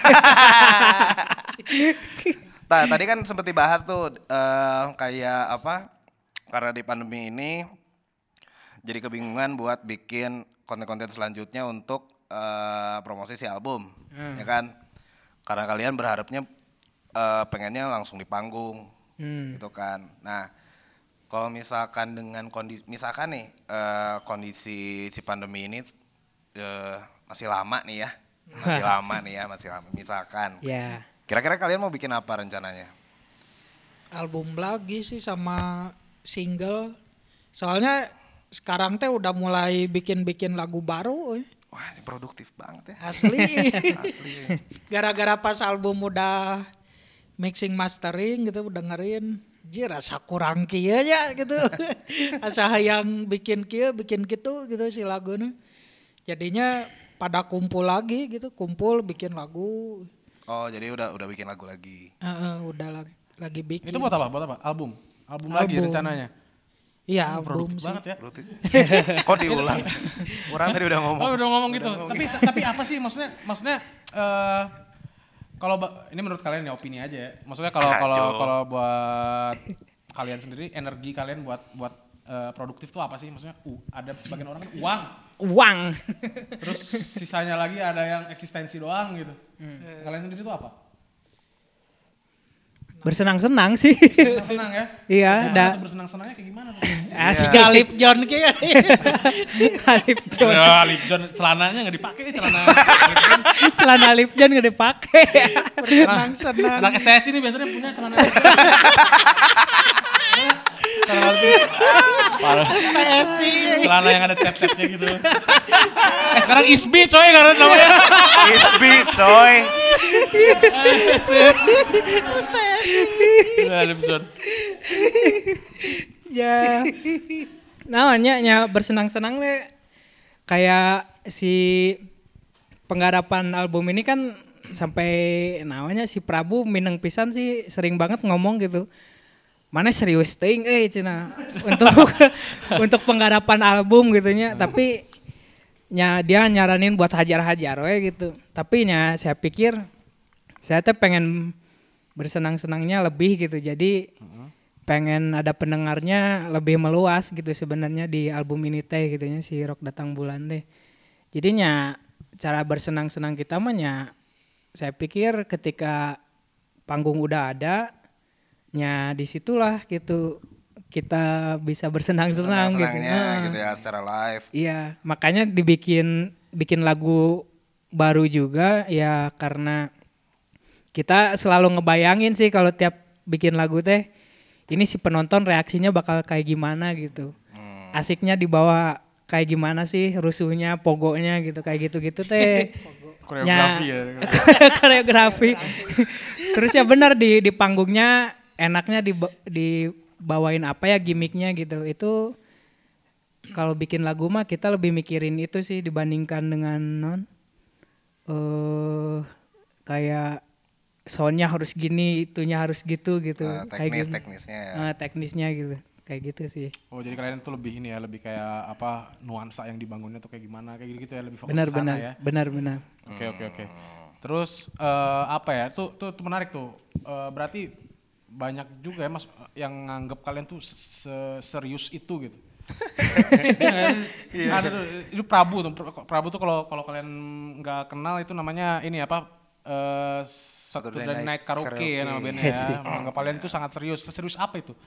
Nah, tadi kan sempat dibahas tuh eh, kayak apa? Karena di pandemi ini jadi kebingungan buat bikin konten-konten selanjutnya untuk eh, promosi si album, ya kan? Karena kalian berharapnya eh, pengennya langsung di panggung, Hmm. gitu kan. Nah, kalau misalkan dengan kondisi, misalkan nih eh, kondisi si pandemi ini eh, masih lama nih ya, masih lama nih ya, masih lama. Misalkan. Ya. Kira-kira kalian mau bikin apa rencananya? Album lagi sih sama single. Soalnya sekarang teh udah mulai bikin-bikin lagu baru. eh. Wah, ini produktif banget ya. Asli. Asli. Gara-gara pas album udah mixing mastering gitu dengerin. Jir asa kurang kieu ya gitu. Asa hayang bikin kieu, bikin gitu gitu si lagunya. Jadinya pada kumpul lagi gitu, kumpul bikin lagu. Oh, jadi udah udah bikin lagu lagi. Heeh, udah lagi, lagi bikin. Itu buat apa? Buat apa? Album. Album, lagi Album. rencananya. Iya, Oh, album produktif sih. banget ya. Produktif. Kok diulang? Orang tadi udah ngomong. Oh, udah ngomong gitu. Tapi tapi apa sih maksudnya? Maksudnya eh kalau ba- ini menurut kalian ya opini aja ya. Maksudnya kalau kalau Kacau. kalau buat kalian sendiri energi kalian buat buat eh, produktif tuh apa sih? Maksudnya uh, ada sebagian orang kan uang. Uang. Terus sisanya lagi ada yang eksistensi doang gitu. Kalian sendiri tuh apa? Bersenang-senang sih. Senang-senang ya? Iya, Gimana da. tuh bersenang-senangnya kayak gimana tuh? Asik Iya. Galip John kayak. Alip John. Ya, Lip John celananya nggak dipakai celana. Lip John. Celana Alip John gak dipake. Senang-senang. Anak S T S ini biasanya punya celana. Celana artis. Parah. S T S I. Celana yang ada cat-catnya gitu. Eh sekarang Isbi coy karena namanya. Isbi coy. S T S I. Ada episode. Ya. Namanya nya bersenang-senang deh. Kayak si penggarapan album ini kan sampai namanya si Prabu mineng pisan sih sering banget ngomong gitu. Mana serius ting eh cina untuk untuk penggarapan album gitunya, tapi nya dia nyaranin buat hajar-hajar we gitu. Tapi nya saya pikir saya tuh pengen bersenang-senangnya lebih gitu. Jadi pengen ada pendengarnya lebih meluas gitu sebenarnya di album ini teh gitunya si Rok Datang Bulan teh. Jadinya cara bersenang-senang kita mah nya saya pikir ketika panggung udah ada nya disitulah gitu kita bisa bersenang-senang gitu. Senang-senangnya gitu ya secara live. Iya, makanya dibikin bikin lagu baru juga ya karena kita selalu ngebayangin sih kalau tiap bikin lagu teh ini si penonton reaksinya bakal kayak gimana gitu. Hmm. Asiknya dibawa kayak gimana sih rusuhnya, pogonya gitu kayak gitu-gitu teh. Koreografi ya. Koreografi. Terus ya benar di di panggungnya enaknya di dibawain apa ya gimmicknya gitu. Itu kalau bikin lagu mah kita lebih mikirin itu sih dibandingkan dengan non eh uh, kayak soundnya harus gini, itunya harus gitu gitu. Uh, teknis, kayak gitu. teknisnya ya. Uh, teknisnya gitu. Kayak gitu sih. Oh jadi kalian tuh lebih ini ya, lebih kayak apa nuansa yang dibangunnya tuh kayak gimana, kayak gitu ya, lebih fokus benar, ke sana benar, ya. Benar benar. Oke oke oke. Terus uh, apa ya? Tuh, tuh tuh menarik tuh. Uh, berarti banyak juga ya Mas yang nganggap kalian tuh se- serius itu gitu. Iya. Ada tuh, itu Prabu tuh. Prabu tuh kalau kalau kalian nggak kenal itu namanya ini apa? Uh, Saturday Night, Night Karaoke, Karaoke ya nama bandnya ya. Menganggap kalian itu sangat serius. Serius apa itu?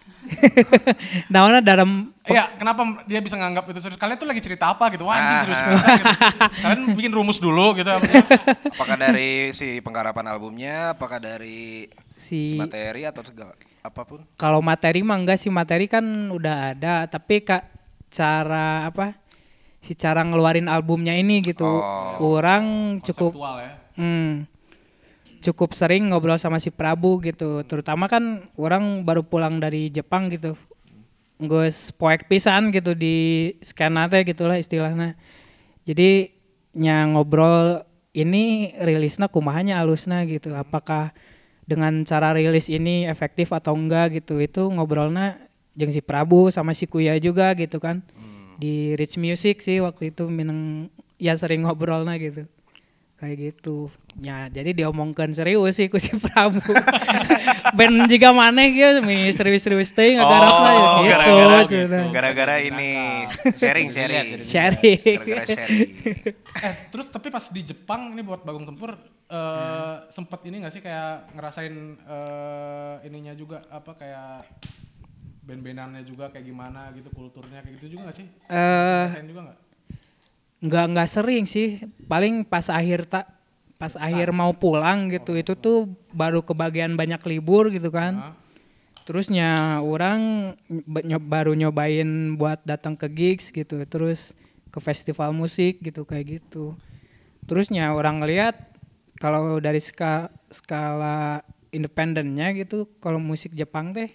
Namanya dalam Iya, kenapa dia bisa nganggap itu serius? Kalian tuh lagi cerita apa gitu? Wah, anjing serius bisa gitu. Kalian bikin rumus dulu gitu. Apakah dari si penggarapan albumnya, apakah dari si materi atau segala apapun? Kalau materi mah enggak sih, materi kan udah ada, tapi Kak cara apa? Si cara ngeluarin albumnya ini gitu. Oh. Orang cukup konseptual ya. Hmm, cukup sering ngobrol sama si Prabu gitu. Terutama kan orang baru pulang dari Jepang gitu. Nggus poek pisan gitu di skena teh gitulah istilahnya. Jadi nya ngobrol ini rilisnya kumahanya alusna gitu. Apakah dengan cara rilis ini efektif atau enggak gitu. Itu ngobrolnya jeung si Prabu sama si Kuya juga gitu kan. Hmm. Di Rich Music sih waktu itu mineng ya sering ngobrolnya gitu. Kayak gitu. Ya, jadi diomongkan serius sih ku si Prabu. Ben juga maneh gitu, mi serius-serius teh ngagarapna oh, gitu. Gara-gara, gitu. gara-gara ini sharing-sharing. Sharing. Gara-gara sharing. Eh, terus tapi pas di Jepang ini buat Bagong Tempur uh, hmm. sempet ini enggak sih kayak ngerasain uh, ininya juga apa kayak band-bandannya juga kayak gimana gitu, kulturnya kayak gitu juga enggak sih? Eh uh, juga enggak? Enggak enggak sering sih, paling pas akhir tak pas nah. akhir mau pulang gitu, oh, itu tuh baru kebagian banyak libur gitu kan. Nah. Terusnya orang ny- baru nyobain buat datang ke gigs gitu, terus ke festival musik gitu kayak gitu. Terusnya orang ngelihat kalau dari ska, skala independennya gitu, kalau musik Jepang teh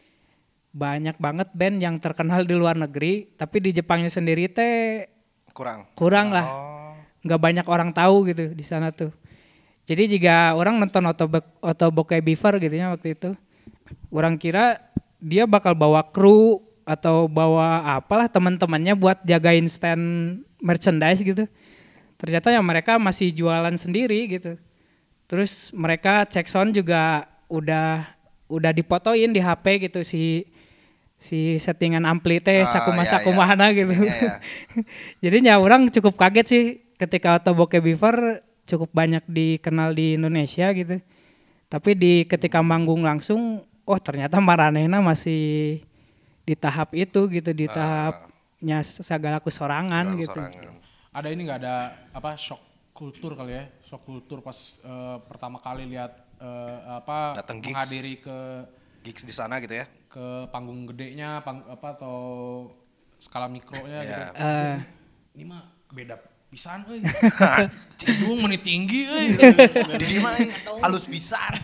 banyak banget band yang terkenal di luar negeri, tapi di Jepangnya sendiri teh kurang kurang lah oh. Nggak banyak orang tahu gitu di sana tuh. Jadi jika orang nonton Otoboke Beaver gitu ya waktu itu, orang kira dia bakal bawa kru atau bawa apalah teman-temannya buat jagain stand merchandise gitu. Ternyata ya mereka masih jualan sendiri gitu. Terus mereka cek sound juga udah udah dipotoin di H P gitu si si settingan ampli teh sakuma-sakumahana ya, ya. gitu. Ya, ya. Jadinya orang cukup kaget sih ketika Otoboke Beaver cukup banyak dikenal di Indonesia gitu. Tapi di ketika manggung langsung, oh ternyata Maranehna masih di tahap itu gitu, di tahapnya Sagalaku Sorangan gitu. Sorangan. Ada ini nggak ada apa shock kultur kali ya? Shock kultur pas uh, pertama kali lihat uh, apa Dateng menghadiri gigs. ke gigs di sana gitu ya. ke panggung gedenya pang, apa atau skala mikronya Iya. gitu. Eh, Ini mah beda pisan euy. Cidung menit tinggi euy. Di dia mah eh, halus pisan.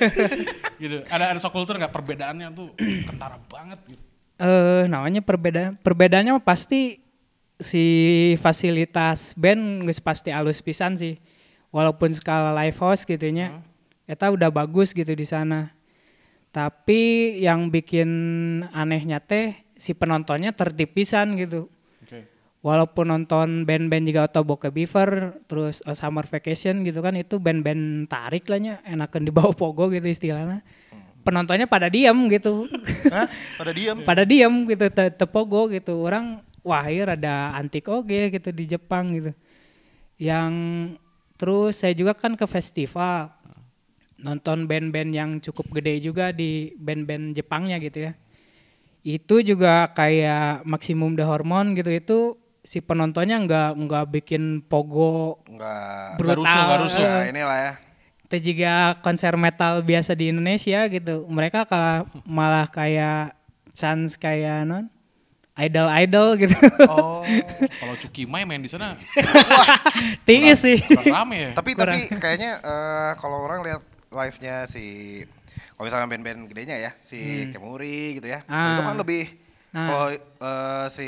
Gitu. Ada ada subkultur enggak perbedaannya tuh kentara banget gitu. eh namanya perbedaan perbedaannya mah pasti si fasilitas band geus pasti alus pisan sih. Walaupun skala live house gitu nya. Eta udah bagus gitu di sana. Tapi yang bikin anehnya teh si penontonnya tertib pisan gitu. Oke. Walaupun nonton band-band juga atau Bokeh Beaver, terus uh, Summer Vacation gitu kan itu band-band tarik lah nya, enakan dibawa pogo gitu istilahnya. Penontonnya pada diam gitu. Hah? Pada diam. pada diam gitu te, te pogo gitu. Orang wah ieu rada antik oge gitu di Jepang gitu. Yang terus saya juga kan ke festival. Nonton band-band yang cukup gede juga di band-band Jepangnya gitu ya. Itu juga kayak Maximum The Hormone gitu itu si penontonnya nggak nggak bikin pogo Enggak. brutal. Nggak rusuh, nggak rusuh. Nah, inilah ya. Itu juga konser metal biasa di Indonesia gitu. Mereka kalah, malah kayak chance kayak non idol-idol gitu. Oh. Kalau Cuki Mai main di sana Tinggi sih. kurang rame ya. Tapi tapi kayaknya eh, kalau orang lihat live-nya si kalau misalnya band-band gedenya ya, si Kemuri gitu ya. Kalau itu kan Ah. lebih Nah. kalau eh, si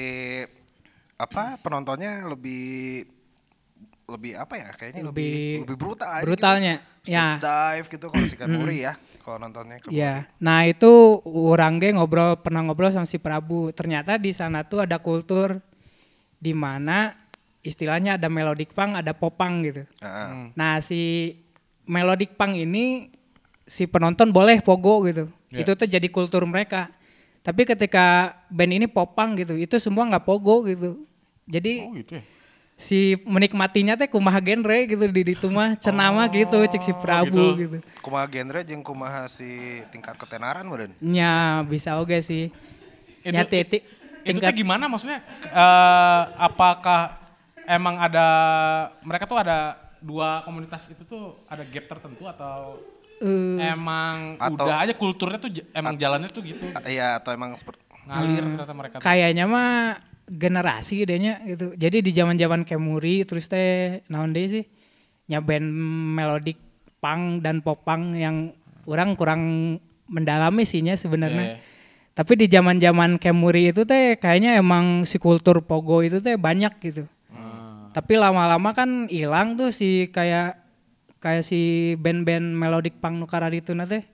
apa penontonnya lebih lebih apa ya? Kayaknya lebih Lebih lebih, brutal aja brutalnya, gitu. ya. Stage dive gitu kalau si Kemuri ya. Kalau nontonnya Kemuri. Iya. Nah, itu orang ge ngobrol pernah ngobrol sama si Prabu. Ternyata di sana tuh ada kultur di mana istilahnya ada melodic punk, ada popang gitu. Heeh. Hmm. Nah, si melodic punk ini si penonton boleh pogo gitu. Ya. Itu tuh jadi kultur mereka. Tapi ketika band ini popang gitu, itu semua nggak pogo gitu. Jadi Oh gitu ya. si menikmatinya teh kumaha genre gitu di ditu mah cenama gitu cek si Prabu gitu. Kumaha genre jeung kumaha si tingkat ketenaran meureun. Nya bisa oge sih. Itu, Nya titik itu tingkat tuh gimana maksudnya? Eh, apakah emang ada mereka tuh ada dua komunitas itu tuh ada gap tertentu atau eh, emang Atau- udah aja kulturnya tuh j- emang jalannya tuh gitu A- Iya atau emang seperti ngalir ternyata mereka tuh. kayaknya mah generasi gedenya gitu. Jadi di zaman-zaman Kemuri terus teh naon deui sih? Nya band melodic punk dan popang yang orang kurang mendalami sihnya sebenarnya. Iya, iya. Tapi di zaman-zaman Kemuri itu teh kayaknya emang si kultur pogo itu teh banyak gitu. Hmm. Tapi lama-lama kan hilang tuh si kayak kayak si band-band melodic punk nu kararituna teh.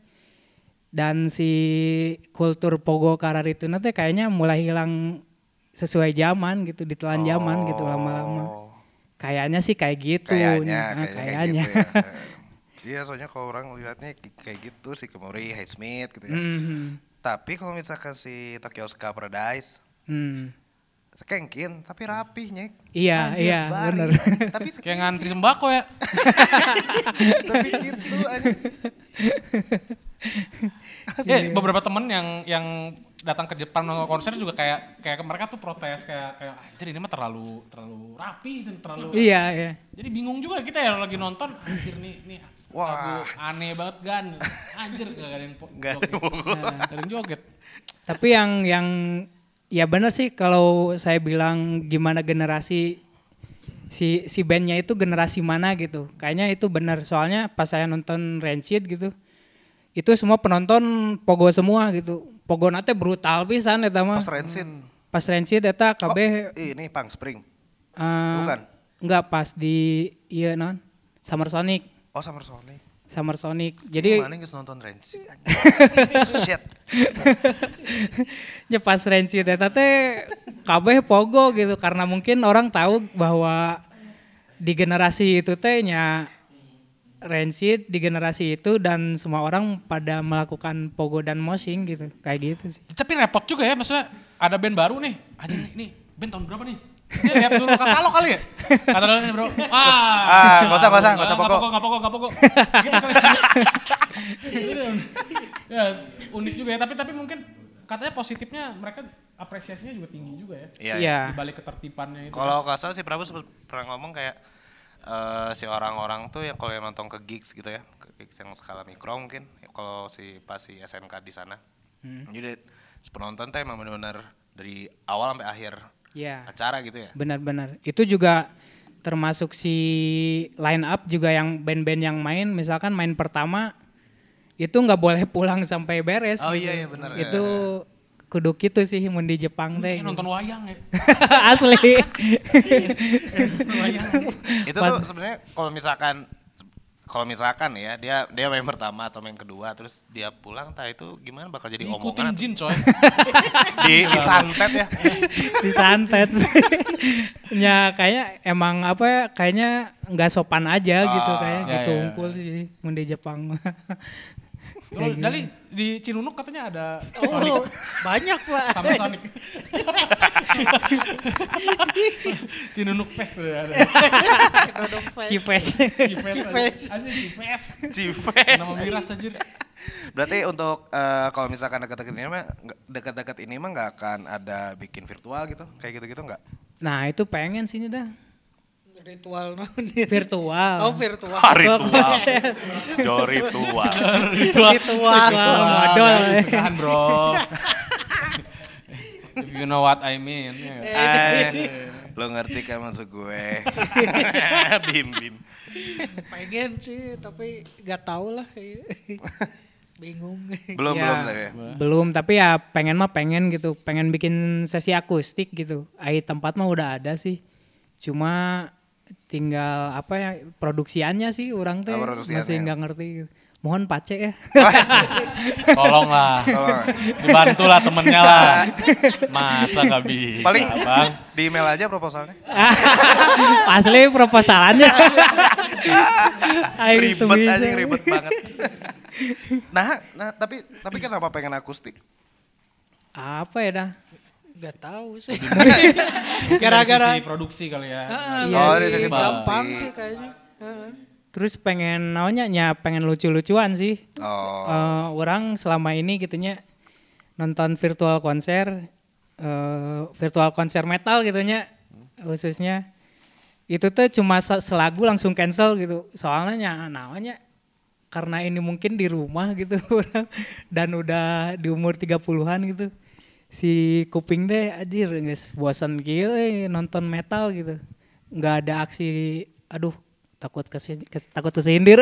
Dan si kultur pogo kararituna teh kayaknya mulai hilang sesuai zaman gitu, ditelan zaman gitu lama-lama. Oh. Kayaknya sih kayak gitu. Kayaknya, Nah, kayaknya, kayak kayaknya. gitu ya. Iya, soalnya kalau orang lihatnya ki- kayak gitu si Kemuri, High Smith gitu ya. Mhm. Tapi kalau misalkan si Tokyo Ska Paradise, Hmm. sekengkin tapi rapih nyek. Iya, Anjir, iya, baris, bener. anjing. Tapi Kayak sekengkin, ngantri sembako ya. tapi gitu anjing. Ya, beberapa temen yang yang datang ke Jepang nonton konser juga kayak kayak mereka tuh protes kayak kayak anjir ini mah terlalu terlalu rapi dan terlalu Iya, iya. jadi bingung juga kita ya lagi nonton anjir nih nih Wah. lagu aneh banget kan anjir gak ada yang po- Nggak ada joget. Nggak ada yang joget. Tapi yang yang ya benar sih kalau saya bilang gimana generasi si si bandnya itu generasi mana gitu. Kayaknya itu benar soalnya pas saya nonton Rancid gitu. Itu semua penonton pogo semua gitu. Pogo nate brutal pisan eta mah. Pas Rancid. Pas Rancid eta Oh, kabeh ini Pang Spring. eh, Bukan. enggak pas di iya non Summer Sonic. Oh, Summer Sonic. Summer Sonic. Jadi Jadi mana geus nonton Rancid? Shit. ya pas Rancid eta teh kabeh pogo gitu karena mungkin orang tahu bahwa di generasi itu teh nya Rancid di generasi itu dan semua orang pada melakukan pogo dan moshing gitu kayak gitu sih. Tapi repot juga ya maksudnya ada band baru nih anjir nih band tahun berapa nih dia lihat dulu katalog kali ya katalognya bro ah Ah, nggak usah, nggak usah, nggak usah nggak pokok. pokok nggak pokok nggak pokok gitu kali ya unik juga ya tapi tapi mungkin katanya positifnya mereka apresiasinya juga tinggi juga ya Iya. Iya. di balik ketertibannya itu. Kalau nggak salah si Prabu sempet pernah ngomong kayak eh, si orang-orang tuh yang kalau yang nonton ke gigs gitu ya, ke gigs yang skala mikro mungkin, kalau si pas si S N K di sana, Hmm. Jadi penonton teh emang benar-benar dari awal sampai akhir Ya, acara gitu ya. benar-benar. Itu juga termasuk si line up juga yang band-band yang main, misalkan main pertama itu nggak boleh pulang sampai beres. Oh gitu. iya iya benar. Itu kudu gitu sih mun di Jepang teh. Kayak nonton wayang ya. Asli. Wayang. Itu tuh sebenarnya kalau misalkan kalau misalkan ya dia dia main pertama atau main kedua terus dia pulang tah itu gimana bakal jadi Ikutin omongan atau- Jin coy. di disantet ya. Disantet. Ya kayaknya emang apa ya, kayaknya nggak sopan aja gitu Ah, kayak ya, gitu ya. unggul sih mun di Jepang. Oh, Dali di Cinunuk katanya ada Oh, banyak Pak. sama Sonic. Cinunuk Fest tuh ada. Dodong Fest. Cipes. Cipes. Asli Cipes. Cifes. Nama miras aja. Berarti untuk eh, kalau misalkan dekat-dekat ini mah nggak- dekat-dekat ini mah nggak akan ada bikin virtual gitu, kayak gitu-gitu nggak? Nah itu pengen sini dah. Ritual non Virtual. Oh, virtual. Ah, ritual, jo ritual. Ritual. Ritual modal. Pencegahan bro. If you know what I mean. Ya nggak? Eh, lo ngerti kan maksud gue? bim bim. Pengen sih, tapi nggak tahu lah. Bingung. Belum Ya, belum tapi. ya? Belum, tapi ya pengen mah pengen gitu. Pengen bikin sesi akustik gitu. Ai tempat mah udah ada sih. Cuma tinggal apa ya produksiannya sih orang teh Oh, produksiannya. masih nggak ngerti. Mohon pace ya. Tolong lah. Tolong. Dibantu lah temennya lah. Masa nggak bisa Paling bang? di email aja proposalnya. Asli proposalannya. Aing itu Ribet bisa. aja ribet banget. nah, nah tapi tapi kenapa pengen akustik? Apa ya dah? Nggak tahu sih. Dari Gara-gara sisi produksi kali ya. Ah, Iya, Oh, lebih dari sisi gampang produksi. sih kayaknya. Heeh. Terus pengen namanya nya pengen lucu-lucuan sih. Oh. Eh, orang selama ini gitunya nonton virtual konser, eh, virtual konser metal gitunya khususnya itu tuh cuma se- selagu langsung cancel gitu. Soalnya nya- namanya karena ini mungkin di rumah gitu orang dan udah di umur tiga puluhan gitu. Si kuping deh anjir geus bosan kieu eh, nonton metal gitu. Nggak ada aksi aduh takut kesi, kes, takut kesindir.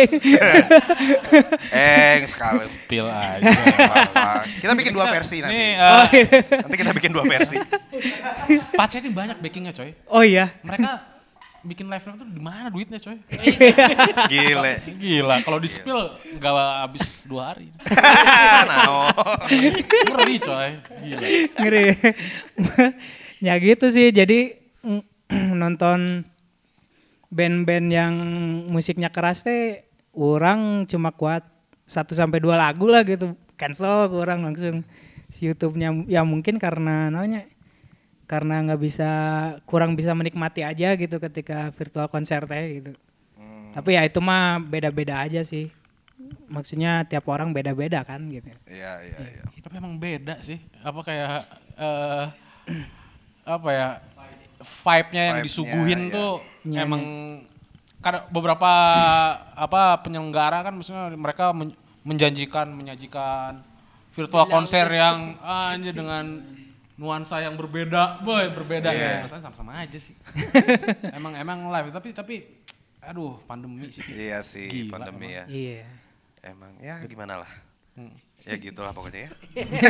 Eh, sekali. Spill aja. Apa-apa. Kita bikin dua versi nanti. Nih, Oh, eh, iya. Nanti kita bikin dua versi. Pace ini banyak backingnya coy. Oh iya. Mereka bikin live live tuh di mana duitnya coy? Gile. Gila, kalau di spill nggak habis dua hari. Nah, Ngeri coy. Gila. Ngeri. Ya gitu sih, jadi nonton band-band yang musiknya keras teh orang cuma kuat satu sampai dua lagu lah gitu. Cancel orang langsung si YouTube-nya ya mungkin karena namanya karena nggak bisa kurang bisa menikmati aja gitu ketika virtual konser teh gitu. Hmm. Tapi ya itu mah beda-beda aja sih. Maksudnya tiap orang beda-beda kan gitu. Iya, iya, iya. Tapi emang beda sih. Apa kayak eh apa ya? Vibe-nya yang Vibe-nya, disuguhin ya. tuh Iya, emang karena beberapa apa penyelenggara kan maksudnya mereka men- menjanjikan menyajikan virtual konser yang ah, anjir dengan nuansa yang berbeda, boy berbeda Iya. ya. Rasanya sama-sama aja sih. emang emang live tapi tapi aduh pandemi sih. Iya sih, Gila, pandemi ya. Iya. Emang ya gimana lah. Hmm. Ya gitulah pokoknya ya.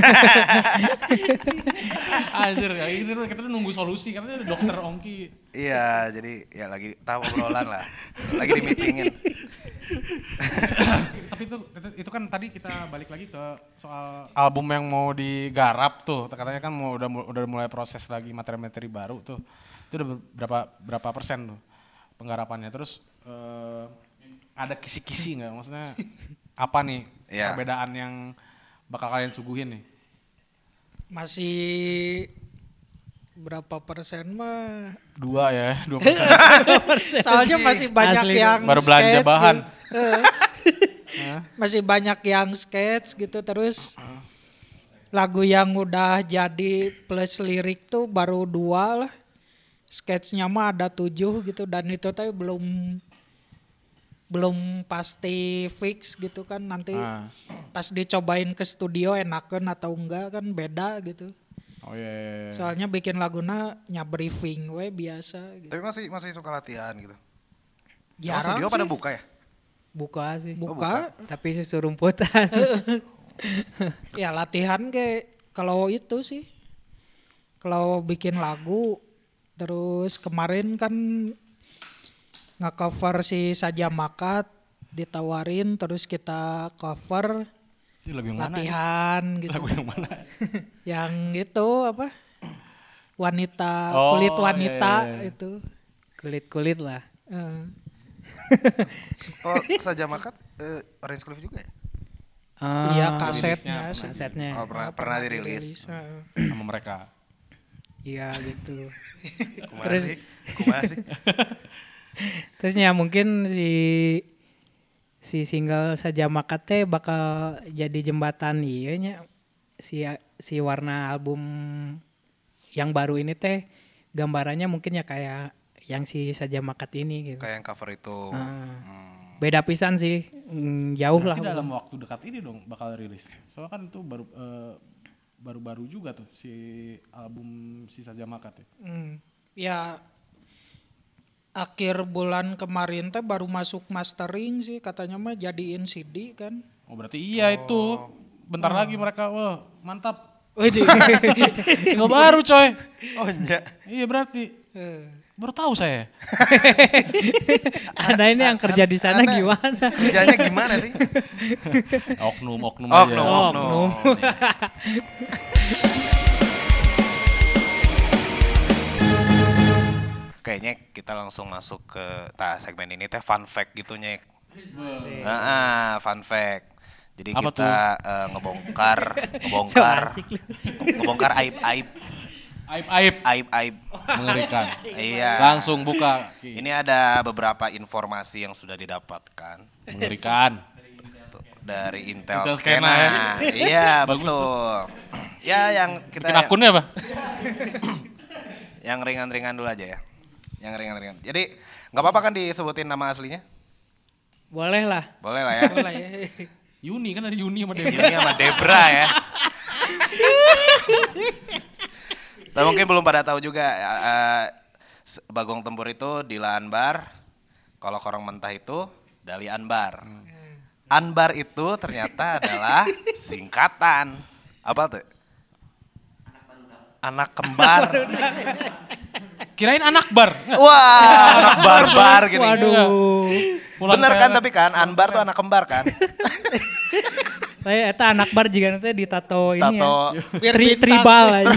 Anjir, ya, ini tuh kita tuh nunggu solusi karena dokter Ongki. Iya, jadi ya lagi tahu obrolan lah. Lagi di meetingin. Tapi itu, itu itu kan tadi kita balik lagi ke soal album yang mau digarap tuh. Katanya kan mau udah mu- udah mulai proses lagi materi-materi baru tuh. Itu udah berapa berapa persen tuh penggarapannya. Terus eh, ada kisi-kisi nggak? Maksudnya apa nih Iya. perbedaan yang bakal kalian suguhin nih? Masih berapa persen mah? Dua ya, dua persen. Soalnya masih banyak Asli. yang Baru belanja sketch bahan. gitu. Eh, masih banyak yang sketch gitu terus lagu yang udah jadi plus lirik tuh baru dua lah. Sketchnya mah ada tujuh gitu dan itu teh belum belum pasti fix gitu kan nanti Ah. pas dicobain ke studio enakan atau enggak kan beda gitu. Oh iya. iya, iya. Soalnya bikin laguna nya briefing we biasa gitu. Tapi masih masih suka latihan gitu. Emang Jarang studio sih. pada buka ya? Buka sih. Oh, Buka. Tapi sesurumputan. Ya latihan kayak kalau itu sih. Kalau bikin lagu terus kemarin kan nge-cover si Saja Makat ditawarin terus kita cover Ini lagu yang mana? ya? latihan gitu. Lagu yang mana? Yang itu apa? Wanita, Oh, kulit wanita iya, iya, iya. itu. Kulit-kulit lah. Eh, Oh, Saja Makat eh, Orange Cliff juga ya? Ah, iya rilisnya, kasetnya. sih. kasetnya. Oh, pernah pernah dirilis. Eh. Sama mereka. Iya gitu. Kumaha Terus- sih? Kumaha sih? Terusnya mungkin si si single Saja Makat teh bakal jadi jembatan iya nya si si warna album yang baru ini teh gambarannya mungkin ya kayak yang si Saja Makat ini gitu. Kayak yang cover itu. Ah. Hmm. Beda pisan sih, mm, jauh lah. Berarti dalam waktu dekat ini dong bakal rilis. Soalnya kan itu baru eh, baru-baru juga tuh si album si Saja Makat ya. Hmm. Ya akhir bulan kemarin teh baru masuk mastering sih katanya mah jadiin C D kan. Oh berarti iya itu. Bentar lagi mereka, wah mantap. Widih. Single baru coy. Oh iya. Iya berarti. Eh, Baru tahu saya. Anda ini yang kerja di sana Anda gimana? Kerjanya gimana sih? Oknum, oknum Oh, aja. no, Oh, no. no. Kayaknya kita langsung masuk ke ta, segmen ini teh fun fact gitu Nyek. Nah, fun fact. Jadi Apa kita eh, ngebongkar, ngebongkar, ngebongkar aib-aib, Aib-aib aib-aib. mengerikan. Iya. Langsung buka. Ini ada beberapa informasi yang sudah didapatkan Mengerikan. tuh, dari Intel, Intel Skena. Skena ya. Iya, Bagus betul. Ya, yang kita Bikin akunnya apa? yang ringan-ringan dulu aja ya. Yang ringan-ringan. Jadi nggak apa-apa kan disebutin nama aslinya? Boleh lah. Boleh lah ya. boleh ya. Yuni kan tadi Yuni sama Dewi. Ini sama Debra ya. Tapi mungkin belum pada tahu juga uh, Bagong Tempur itu Dila Anbar. Kalau Korong Mentah itu Dali Anbar. Anbar itu ternyata adalah singkatan apa tuh? Anak kembar. Kirain anak bar. Wah, anak barbar gini. Waduh. Pulang Bener kan pelet. tapi kan Anbar tuh anak kembar kan? Saya eta anak bar juga nanti ditato ini Tato. ya. Biar Tri, bintang. tribal aja.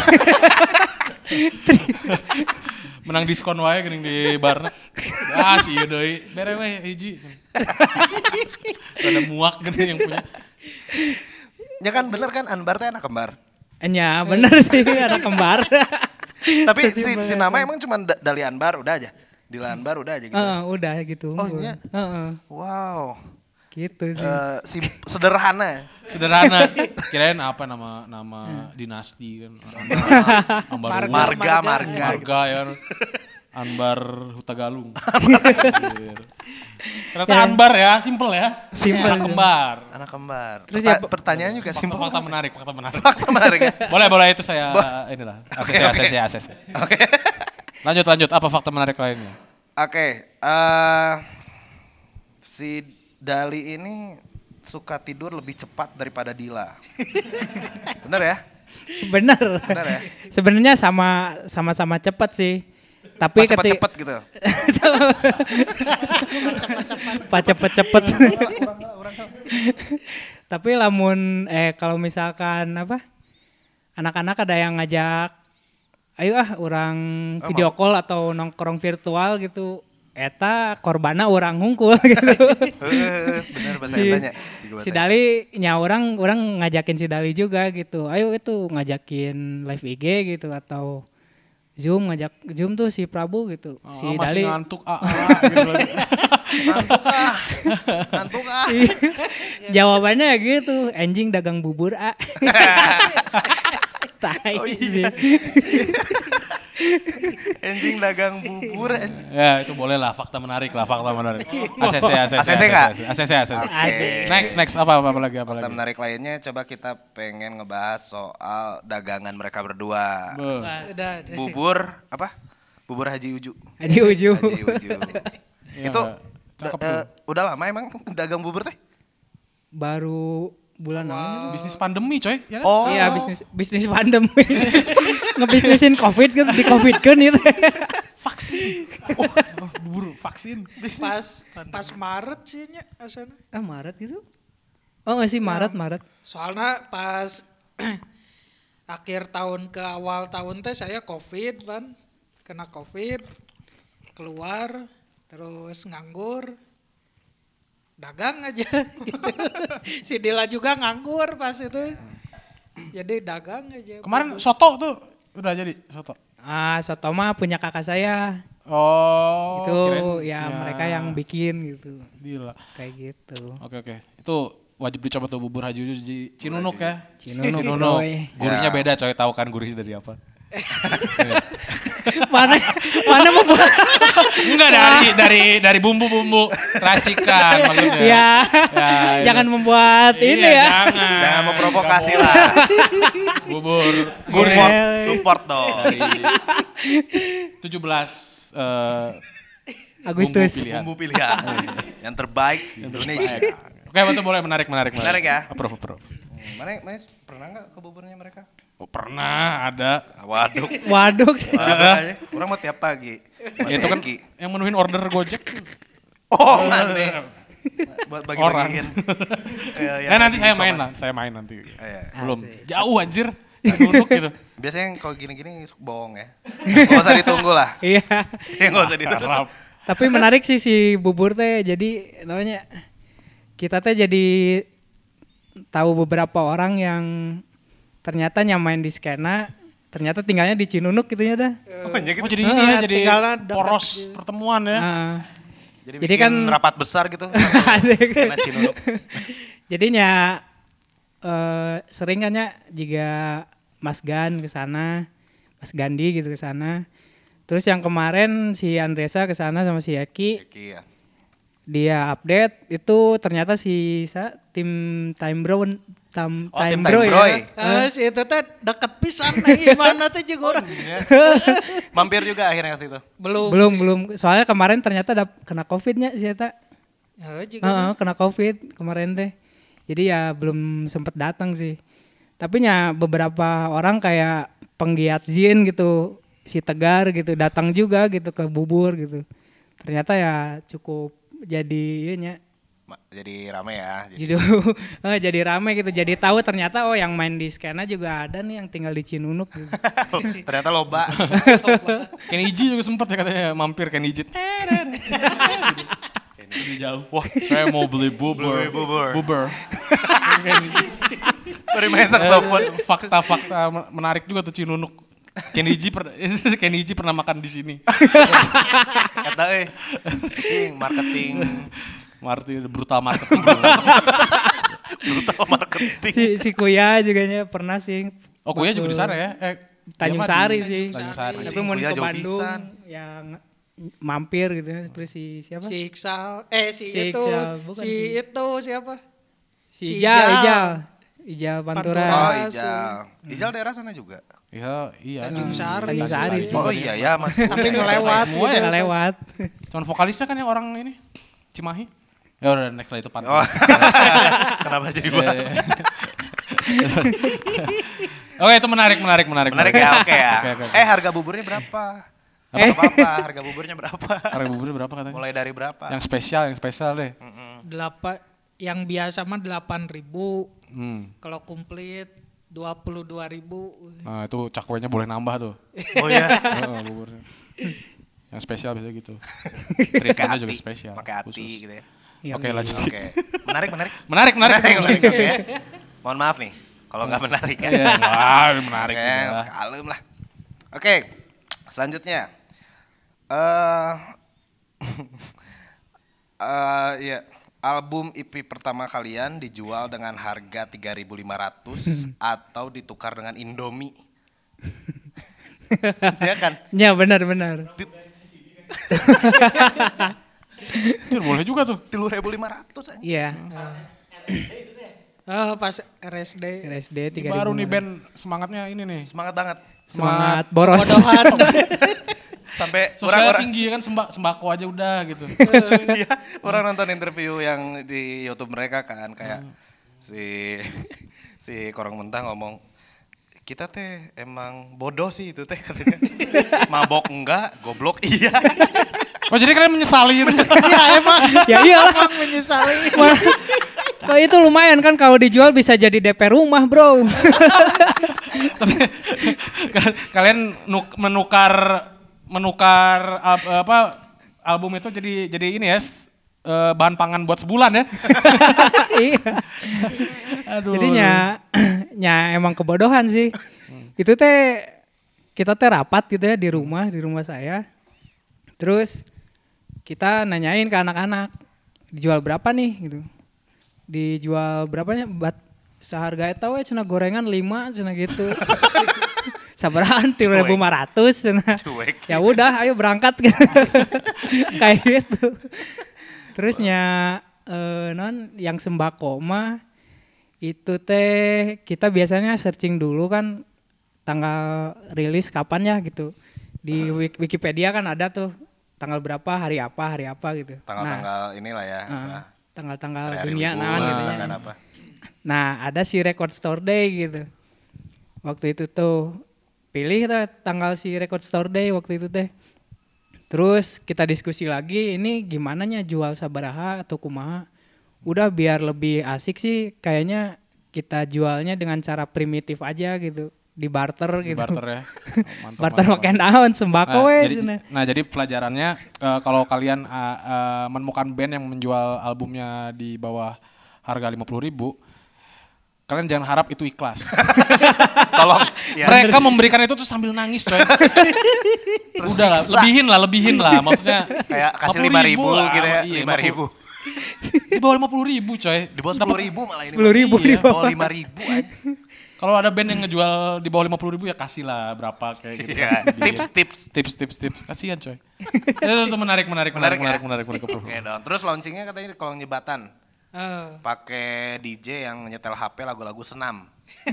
Menang diskon wae geuning di bar. Ah sih ieu deui. Bere we hiji. Ada muak geuning yang punya. Ya kan bener kan Anbar tuh anak kembar. Enya bener sih anak kembar. Tapi si, si nama emang cuma Da- Dali Anbar udah aja. Dila Anbar udah aja gitu. Heeh, udah gitu. Oh, iya? Heeh, Wow. gitu sih. Eh, sim- sederhana. Sederhana. Kirain apa nama nama dinasti kan. Ambar Marga, Marga. marga. gitu. Marga ya. Anbar Hutagalung. Anjir. Ternyata Anbar ya, simple ya. Simple. Anak kembar. Anak kembar. Terus Perta- ya, pertanyaan juga simpel. Fakta menarik, fakta menarik. Fakta menarik ya. Boleh, boleh itu saya inilah. Oke, Akses, oke. akses, ya, akses. Oke. Lanjut, lanjut. Apa fakta menarik lainnya? Oke, eh si Dali ini suka tidur lebih cepat daripada Dila. Bener ya? Bener. Bener ya? Sebenarnya sama sama-sama cepat sih. Tapi Pas ketika cepet-cepet gitu. Pak cepet-cepet. Tapi lamun eh kalau misalkan apa? Anak-anak ada yang ngajak ayo ah orang Oh, video mau. call atau nongkrong virtual gitu. Eta korbana orang hungkul gitu. Eh, bener bahasa si, Indanya. Juga bahasa si Dali nya orang orang ngajakin si Dali juga gitu. Ayo itu ngajakin live I G gitu atau Zoom ngajak Zoom tuh si Prabu gitu. Oh, si masih Dali ngantuk ah, ah, gitu lagi. Ngantuk ah. Ngantuk ah. jawabannya ya gitu, anjing dagang bubur ah. Tai Oh, iya. sih. Anjing dagang bubur. anjing. Ya itu boleh lah, fakta menarik lah, fakta menarik. A C C, A C C, A C C nggak? A C C, A C C. Oke. Next, next apa apa, apa lagi apa Fakta lagi? menarik lainnya coba kita pengen ngebahas soal dagangan mereka berdua. Be. Udah, udah. Bubur apa? Bubur Haji Uju. Haji Uju. Haji Uju. Iya Itu nggak? Cakep da- tuh. eh, udah lama emang dagang bubur teh? Baru bulan apa? Bisnis pandemi coy, ya kan? Oh. Iya bisnis bisnis pandemi. Ngebisnisin covid gitu di covid kan itu. Vaksin. Oh, bubur vaksin. Pas pas Maret sih nya asana. Ah Maret gitu? Oh masih Maret Maret. Soalnya pas akhir tahun ke awal tahun teh saya covid kan, kena covid, keluar, terus nganggur, dagang aja gitu. Si Dila juga nganggur pas itu, jadi dagang aja. Kemarin soto tuh udah jadi soto. Ah soto mah punya kakak saya. Oh, itu kirain- ya, mereka yang bikin gitu. Gila. Kayak gitu. Oke oke. Itu wajib dicoba tuh bubur Haji Uju di Cinunuk ya. Cinunuk, Cinunuk. coy. Gurihnya Ya. beda coy, tahu kan gurihnya dari apa? mana mana mau buat Enggak dari dari dari bumbu-bumbu racikan maksudnya. ya, Ya, itu. jangan membuat Iya, ini ya. Jangan. Jangan memprovokasi Nggak lah. boleh. Bubur gurih Support, Gurih. support dong. dari tujuh belas eh, Agustus. bumbu pilihan. Bumbu pilihan yang terbaik di Indonesia. Oke, betul boleh menarik menarik Menarik ya? Approve, approve. Hmm, Mana, mana pernah nggak ke buburnya mereka? Oh, pernah ada. Waduh. Waduh. Waduh, orang mau tiap pagi. Mas Ya, itu kan Eki. yang menuhin order Gojek. Oh, mana? Buat bagi-bagiin. Kayak yang Nah, nanti lagi saya isoman. main lah, saya main nanti. Eh, iya. Belum. Asik. Jauh anjir. Duduk gitu. Biasanya kalau gini-gini bohong ya. Gak usah ditunggu lah. Iya. Ya gak usah ditunggu. Harap. Tapi menarik sih si bubur teh. Jadi namanya kita teh jadi tahu beberapa orang yang ternyata nyamain di skena, ternyata tinggalnya di Cinunuk gitu ya dah. Oh, iya gitu. Oh, jadi ini ya, Ah, jadi tinggalnya dekat poros gitu. pertemuan ya. Ah, Jadi, Jadi bikin kan- rapat besar gitu. Asik. Skena Cinunuk. jadinya eh sering kan ya jika Mas Gan ke sana, Mas Gandhi gitu ke sana. Terus yang kemarin si Andresa ke sana sama si Eki, Eki ya. dia update itu ternyata si sa, tim Time Bro tam, Oh, tim Time Time Bro Bro ya. ya? Terus itu teh deket pisan nih mana teh juga orang. Mampir juga akhirnya ke situ. Belum. belum sih. belum soalnya kemarin ternyata ada kena covidnya si Eta. Ya, juga. Heeh, kena covid kemarin teh. Jadi ya belum sempet datang sih. Tapi ya beberapa orang kayak penggiat zin gitu, si Tegar gitu datang juga gitu ke bubur gitu. Ternyata ya cukup jadi nya Ma- Jadi rame ya. Jadi, jadi eh, jadi rame gitu. Jadi tahu ternyata oh yang main di skena juga ada nih yang tinggal di Cinunuk gitu. ternyata loba. Kenny G juga sempat ya katanya mampir Kenny G. Kenny jauh. Wah, saya mau beli bubur. Beli bubur. Bubur. Kenny G. Baru main saksofon. Eh, Fakta-fakta me- menarik juga tuh Cinunuk. Kenny G per- Kenny G pernah makan di sini. Kata eh, anjing, marketing. Marti brutal marketing. Brutal marketing. si si Kuya juga nya pernah sih. Oh, Kuya juga di sana ya? Eh, Tanjung dia mah Sari di- sih. Tanjung Sari. Tapi mau Kuya ke jauh Bandung pisan. yang mampir gitu ya. Terus si siapa? Si Iksal, eh si, Si itu, Iksal, bukan si si- itu siapa? Si si Ijal, Ijal. Ijal. Ijal Pantura. Oh, Ah, Ijal. Ijal daerah sana juga. Iya, iya. Tanjung di- Sari. Tanjung Sari sih. Oh iya ya, Mas. Tapi ngelewat Semua gitu. ya? Nggak lewat. Cuman vokalisnya kan yang orang ini Cimahi. Ya udah next lah itu pan. Oh. Kenapa jadi Iya, bahas? iya. Oke, itu menarik, menarik, menarik. Menarik ya, oke ya. Oke, oke, oke. Eh harga buburnya berapa? Eh. Apa apa? Harga buburnya berapa? Harga buburnya berapa katanya? Mulai dari berapa? Yang spesial, yang spesial deh. Delapan, yang biasa mah delapan ribu, Hmm. kalau komplit dua puluh dua ribu. Nah, itu cakwenya boleh nambah tuh. Oh iya. Heeh, buburnya. Yang spesial biasanya gitu. Pakai Treatmentnya juga hati, spesial. pakai hati khusus. gitu ya. Yang Oke, lanjut. Oke. Menarik, menarik. Menarik, menarik. Menarik, menarik. Oke. Mohon maaf nih kalau nggak menarik ya. Iya, wah, menarik. Oke, juga. sekalem lah. Oke, selanjutnya. Eh eh ya, album E P pertama kalian dijual dengan harga tiga ribu lima ratus atau ditukar dengan Indomie. Iya kan? Ya benar-benar. Anjir, boleh juga tuh. tiga ribu lima ratus aja. Iya. Oh, pas R S D. R S D tiga ribu. Baru nih band semangatnya ini nih. Semangat banget. Semangat boros. Bodohan. Sampai Sosialnya orang-orang tinggi ya kan, sembak, sembako aja udah gitu. Iya, orang nonton interview yang di YouTube mereka kan kayak si si Korong Mentah ngomong, kita teh emang bodoh sih itu teh katanya. Mabok enggak, goblok iya. Oh jadi kalian menyesali itu? Iya emang. Ya iyalah. Emang menyesali. Kalau itu lumayan kan kalau dijual bisa jadi D P rumah, Bro. Tapi kalian nuk- menukar menukar al- apa album itu jadi jadi ini ya s- eh, bahan pangan buat sebulan ya. Iya. Aduh. Jadinya nya emang kebodohan sih. Itu teh kita teh rapat gitu ya di rumah, di rumah saya. Terus kita nanyain ke anak-anak, dijual berapa nih gitu. Dijual berapanya? Bat seharga eta we cenah gorengan lima cenah gitu. Sabarahan tiga ribu lima ratus cenah. Cuek. Ya udah ayo berangkat kayak gitu. Terusnya eh, non yang sembako mah itu teh kita biasanya searching dulu kan tanggal rilis kapan ya gitu. Di Wik- Wikipedia kan ada tuh tanggal berapa, hari apa, hari apa gitu. Tanggal-tanggal inilah ya. Nah, apa, tanggal-tanggal hari-hari dunia libur, nah gitu misalkan ya. apa. Nah, ada si Record Store Day gitu. Waktu itu tuh pilih tuh tanggal si Record Store Day waktu itu teh. Terus kita diskusi lagi ini gimana nya jual sabaraha atau kumaha. Udah biar lebih asik sih kayaknya kita jualnya dengan cara primitif aja gitu. Di barter Di gitu. barter ya. Mantap, Barter mantap, pakai mantap. daun sembako Nah, we jadi, cenah. nah jadi pelajarannya eh, kalau kalian eh, eh, menemukan band yang menjual albumnya di bawah harga lima puluh ribu, kalian jangan harap itu ikhlas. Tolong. Ya. Mereka memberikan itu tuh sambil nangis coy. Udah lah, lebihin lah, lebihin lah. Maksudnya Kayak kasih lima lima puluh ribu lah. gitu ya. Iya, Lima ribu. Di bawah lima puluh ribu coy. Di bawah sepuluh ribu malah ini. sepuluh ribu Iya, di di bawah lima ribu aja. Kalau ada band yang ngejual di bawah lima puluh ribu ya kasih lah berapa kayak gitu. Iya, tips, tips. Tips, tips, tips. Kasihan coy. Itu, itu menarik, menarik, menarik, Menarik ya? menarik, menarik, menarik, menarik. Oke dong. Terus launchingnya katanya di kolong jembatan. Oh. Pakai D J yang nyetel H P lagu-lagu senam.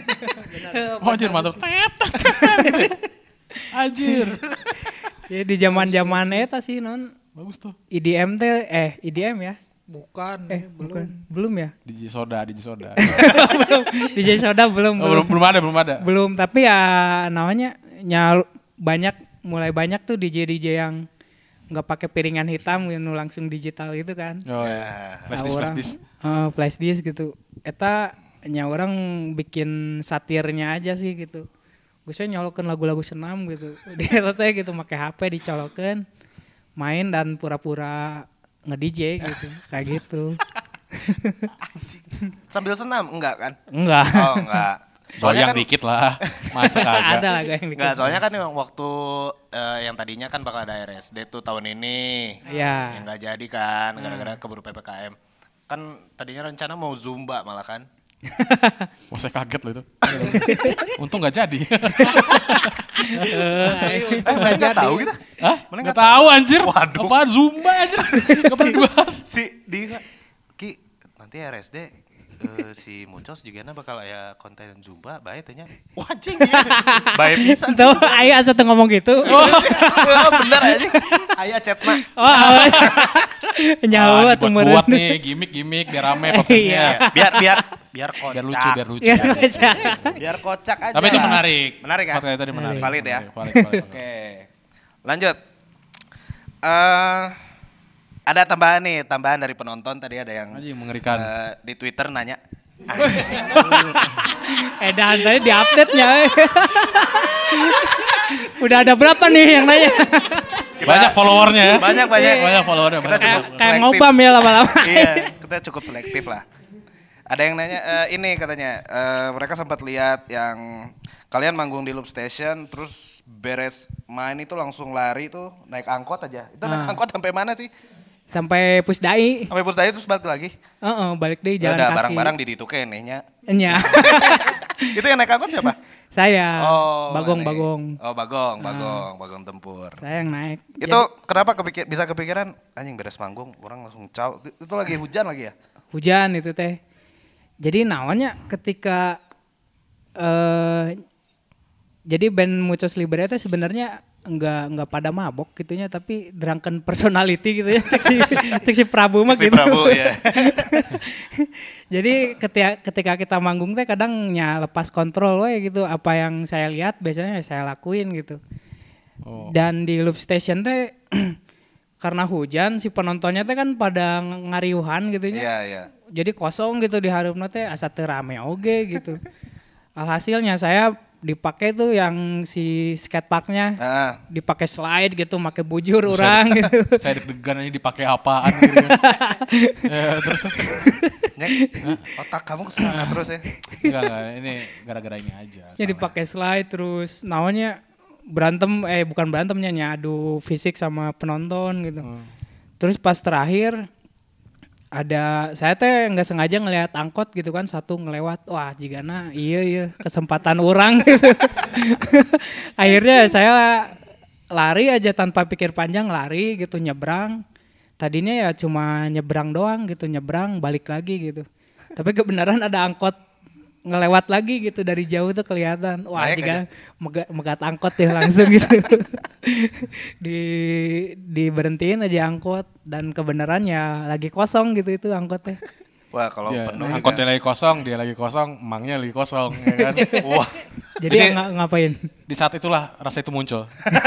Oh anjir mantap. Tet, tet, tet. Anjir. Ya di zaman-zaman eta sih non Bagus tuh. E D M teh eh E D M ya. Bukan, Eh belum. bukan. Belum ya? D J Soda, D J Soda. belum. D J Soda belum, Oh, belum, belum ada, belum ada. Belum, tapi ya namanya nyal banyak mulai banyak tuh D J D J yang nggak pakai piringan hitam gitu langsung digital gitu kan. Oh ya. Flash Nah, disk, flash orang- disk. eh, flash disk gitu. Eta nya orang bikin satirnya aja sih gitu. Gue nyolokin lagu-lagu senam gitu. Dia teh gitu pakai H P dicolokin main dan pura-pura nge-D J gitu. Kayak gitu. Sambil senam? Enggak kan? Enggak. Oh enggak. Soalnya Goyang kan, dikit lah. Masa kagak. Ada lagu yang enggak, soalnya kan yang waktu eh, yang tadinya kan bakal ada R S D tuh tahun ini. Iya. Yang enggak jadi kan gara-gara keburu P P K M. Kan tadinya rencana mau Zumba malah kan. Wah saya kaget loh itu. Untung gak jadi. Eh, mana enggak tahu kita? Hah? Mana Gak nggak tahu anjir. Waduh. Apaan Zumba anjir. Gak pernah dibahas. Si Dira, Ki, nanti R S D eh, si Mucos juga bakal aya konten Zumba, bae tanya. Wah anjing ya. Bae pisan. Tuh, ayo asa tuh ngomong gitu. Oh, bener aja. Aya chat mah. Oh, nyawa tuh buat meureun. nih gimmick-gimmick biar rame podcastnya. Biar biar biar kocak. Biar lucu, biar lucu. Ya, baca. Biar kocak aja. Tapi itu menarik. Menarik ya? Podcast tadi menarik. Valid ya? Menarik, valid, valid. Oke. Lanjut. Eh ada tambahan nih, tambahan dari penonton tadi ada yang Anjing mengerikan. eh, di Twitter nanya. Eh dan tadi di-update-nya. Udah ada berapa nih yang nanya? Banyak followernya ya. Banyak banyak. Banyak followernya. Kita banyak. cukup Kayak selektif. ngobam ya lama-lama. Iya, kita cukup selektif lah. Ada yang nanya eh, ini katanya eh, mereka sempat lihat yang kalian manggung di Loop Station terus beres main itu langsung lari tuh naik angkot aja. Itu naik Ah. angkot sampai mana sih? Sampai Pusdai. Sampai Pusdai terus balik lagi. Heeh, balik deh Ya jalan ada kaki. barang-barang di ditu kenehnya. Enya. Itu yang naik angkot siapa? Saya, Oh, Bagong, Mane. Bagong. Oh, Bagong, Bagong, Bagong Tempur. Saya yang naik. Itu kenapa kepikir bisa kepikiran anjing beres manggung orang langsung caw. Itu lagi hujan lagi ya? Hujan itu teh. Jadi namanya ketika eh jadi band Muchos Libre itu sebenarnya enggak enggak pada mabok gitunya, tapi drunken personality gitu ya. Cek si, cek si Prabu mah Si gitu. Prabu ya. Jadi ketika ketika kita manggung teh kadang nya lepas kontrol we gitu. Apa yang saya lihat biasanya saya lakuin gitu. Oh. Dan di loop station teh karena hujan si penontonnya teh kan pada ngariuhan gitu nya. Iya, iya. Jadi kosong gitu di hareupeuna teh asa teu rame oge gitu. Alhasilnya saya dipakai tuh yang si skateparknya Nah, dipakai slide gitu, pakai bujur orang gitu. Saya deg-degan aja dipakai apaan gitu kan. Ya, terus Nyek, otak kamu kesana terus ya. enggak enggak ini gara-gara ini aja. Ya dipakai slide terus namanya berantem eh bukan berantemnya nyadu fisik sama penonton gitu. Hmm. Terus pas terakhir ada saya teh nggak sengaja ngelihat angkot gitu kan satu ngelewat, wah jigana iya iya kesempatan orang gitu. Akhirnya saya lari aja tanpa pikir panjang, lari gitu nyebrang. Tadinya ya cuma nyebrang doang gitu, nyebrang balik lagi gitu. Tapi kebenaran ada angkot ngelewat lagi gitu dari jauh tuh kelihatan. Wah, Naik jika megat, megat angkot ya langsung gitu. di diberhentiin aja angkot dan kebenarannya lagi kosong gitu itu angkotnya. Wah, kalau Ya, penuh angkotnya juga. lagi kosong, dia lagi kosong, emangnya lagi kosong ya kan. Wah, Jadi, Jadi- yang nga- ngapain? Di saat itulah rasa itu muncul.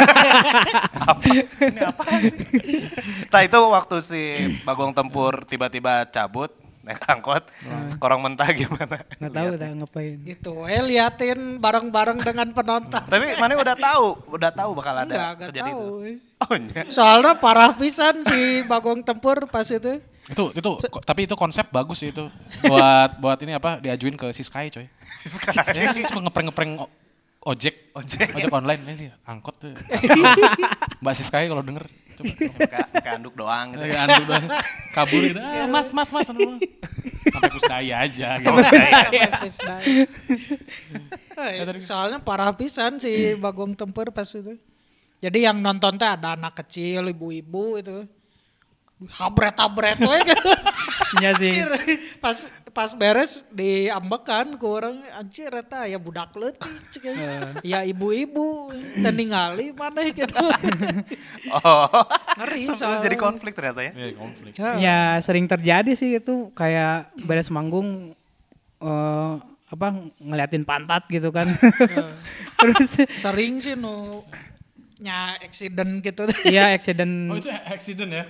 nah itu waktu si Bagong Tempur tiba-tiba cabut naik angkot, korang mentah gimana? Nggak tahu dah ngapain. Gitu, eh liatin bareng-bareng dengan penonton. Tapi mana udah tahu, udah tahu bakal ada Enggak, enggak kejadian tahu. itu. eh. Oh iya. Soalnya parah pisan si Bagong Tempur pas itu. Itu itu ko- tapi itu konsep bagus sih itu. Buat buat ini apa diajuin ke si Sky coy. Ya, dia suka ngeprank-ngeprank o- ojek, Ojek. ojek online ini angkot tuh. Mbak si Sky kalau denger coba. Kayak kayak anduk doang gitu. Ya, andu doang. Kabur gitu. Ah, mas, mas, mas. Anu. Sampai kusdaya aja gitu. Habis naik. Eh, Soalnya parah pisan si Bagong Tempur pas itu. Jadi yang nonton teh ada anak kecil, ibu-ibu itu. Habret-habret we gitu. Iya sih. pas pas beres diambekan ku orang anjir eta ya budak leutik cek. Ya ibu-ibu teu ningali maneh gitu. Oh. Ngeri Sampai soalnya. jadi konflik ternyata ya. Iya, konflik. Ya sering terjadi sih itu kayak beres manggung eh, apa ngeliatin pantat gitu kan. Terus Sering sih nu nya accident gitu. iya accident Oh itu accident ya?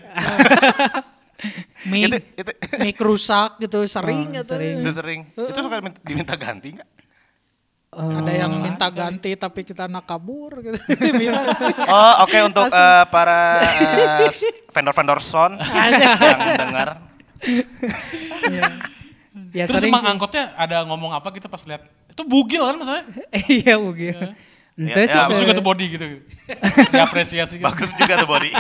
Mic, Itu itu mic rusak gitu sering Oh, gitu. sering. itu sering. Itu suka diminta, diminta ganti enggak? eh, Ada yang minta ganti tapi kita nak kabur gitu. Bilang sih. Oh, oke untuk eh, para eh, s- vendor-vendor sound yang dengar. ya Terus sering emang sih. angkotnya ada ngomong apa kita pas lihat itu bugil kan maksudnya? Iya mungkin. Ente Ya, sih ya, Bagus teh- juga tuh body gitu. Diapresiasi gitu. Bagus juga tuh body.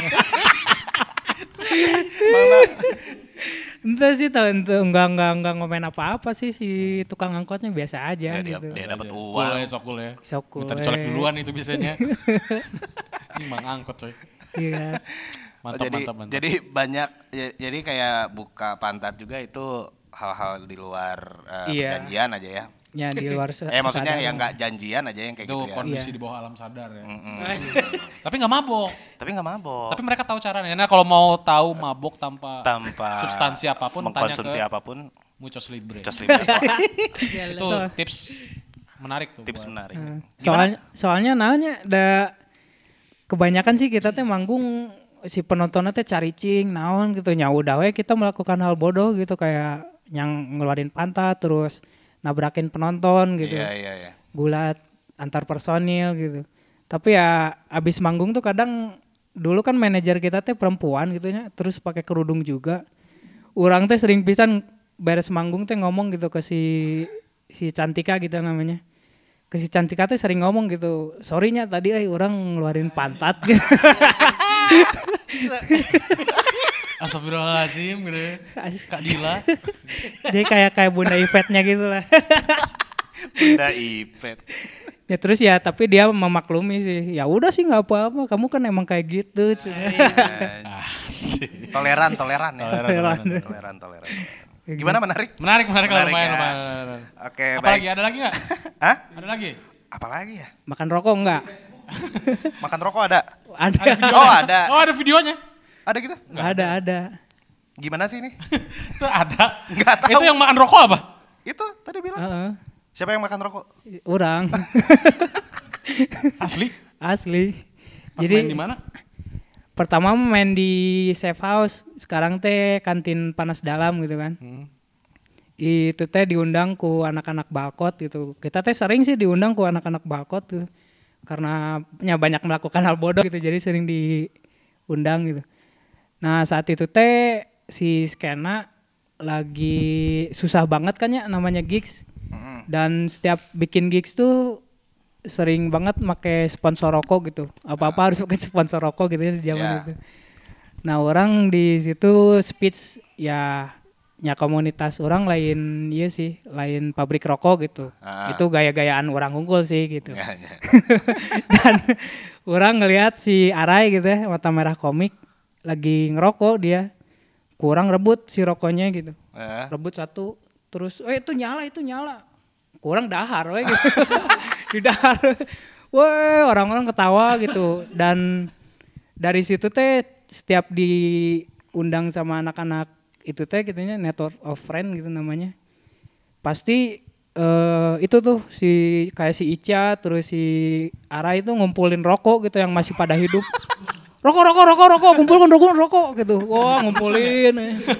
Mana? ente sih tahu ente enggak enggak enggak ngomen apa-apa sih si tukang angkotnya biasa aja Ya, dia, gitu. dia dapat Cool uang. ya, sok cool ya. Sok cool, Minta dicolek eh. duluan itu biasanya. Ini mang angkot coy. Iya. Oh, Mantap, jadi mantap, mantap. jadi banyak ya, jadi kayak buka pantat juga itu hal-hal di luar eh, Iya. perjanjian aja ya. Ya di luar se- Eh maksudnya kesadaran. yang nggak janjian aja yang kayak itu gitu ya. kondisi Iya. di bawah alam sadar ya. Mm-mm. Tapi nggak mabok. Tapi nggak mabok. Tapi mereka tahu caranya. Nah kalau mau tahu mabok tanpa, tanpa substansi apapun, mengkonsumsi tanya ke apapun Muchos Libre. just libre. Wah, Itu tips menarik tuh. tips buat- menarik. Hmm. Gimana? Soalnya soalnya nanya ada kebanyakan sih kita teh manggung si penontonnya teh caricing naon gitu nya udah we kita melakukan hal bodoh gitu kayak yang ngeluarin pantat terus nabrakin penonton gitu. Iya iya iya. Gulat antar personil gitu. Tapi ya abis manggung tuh kadang dulu kan manajer kita teh perempuan gitu nya terus pakai kerudung juga. Urang teh sering pisan beres manggung teh ngomong gitu ke si si Cantika gitu namanya. Ke si Cantika teh sering ngomong gitu. Sorry-nya tadi eh orang ngeluarin pantat gitu. Astagfirullahaladzim gitu ya. Kak Dila. Dia kayak kayak Bunda Ipetnya gitu lah. Bunda Ipet. Ya terus ya tapi dia memaklumi sih. Ya udah sih nggak apa-apa. Kamu kan emang kayak gitu. Toleran, toleran ya. Toleran. Toleran, toleran. Gimana menarik? Menarik, menarik, lah, Menarik lumayan, ya. lumayan, lumayan. Oke, Apa baik. lagi? Ada lagi nggak? Hah? Ada lagi? Apalagi ya? Makan rokok enggak? Makan rokok ada? Ada. Oh ada. Oh ada videonya? Ada gitu? Ada, ada. Gimana sih ini? Itu ada. Nggak tahu. Itu yang makan rokok apa? Itu tadi bilang. Heeh. Siapa yang makan rokok? Orang. Asli? Asli. Pas Jadi main di mana? pertama main di safe house, sekarang teh kantin panas dalam gitu kan. Hmm. Itu teh diundang ku anak-anak balkot gitu. Kita teh sering sih diundang ku anak-anak balkot gitu. Karena ya banyak melakukan hal bodoh gitu, jadi sering diundang gitu. Nah saat itu teh si Skena lagi susah banget kan ya namanya gigs. Mm-mm. Dan setiap bikin gigs tuh sering banget make sponsor rokok gitu. Apa-apa harus pakai sponsor rokok gitu ya di zaman Yeah. itu. Nah orang di situ speech ya nya komunitas orang lain iya sih, lain pabrik rokok gitu. Ah. Itu gaya-gayaan orang unggul sih gitu. Ya, ya. Dan orang ngelihat si Arai gitu ya, mata merah komik lagi ngerokok dia. Kurang rebut si rokoknya gitu. Eh. Rebut satu terus eh itu nyala itu nyala. Kurang dahar we gitu. Didahar. Wah, orang-orang ketawa gitu. Dan dari situ teh setiap diundang sama anak-anak itu teh gitunya network of friend gitu namanya. Pasti eh, itu tuh si kayak si Ica terus si Ara itu ngumpulin rokok gitu yang masih pada hidup. Rokok, rokok, rokok, rokok, kumpulkan rokok, rokok gitu. Wah ngumpulin.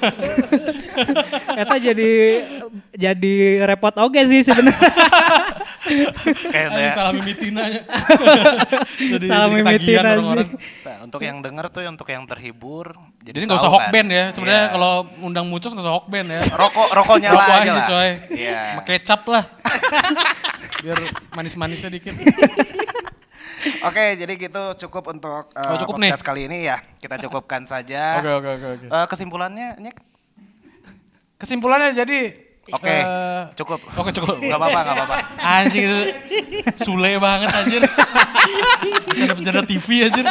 Eta jadi jadi repot oke sih sebenarnya. Kayak Ayo ya. salah mimitin aja. Jadi Salah jadi mimitin ketagihan aja. orang-orang. Nah, untuk yang denger tuh untuk yang terhibur. Jadi nggak tahu usah hok kan. band ya. Sebenarnya Iya. kalau undang mucus nggak usah hok band ya. Rokok, rokok nyala Rokok aja aja lah. coy. Iya. Sama kecap lah. Biar manis-manisnya dikit. Oke, jadi gitu cukup untuk uh, Oh, cukup podcast kali ini ya. Kita cukupkan saja. Oke oke oke oke. Eh, kesimpulannya, Nyek? Kesimpulannya jadi Oke, eh, cukup. Oke cukup. Gak apa-apa, gak apa-apa. Anjing itu sule banget anjir. Bercanda-bercanda T V anjir.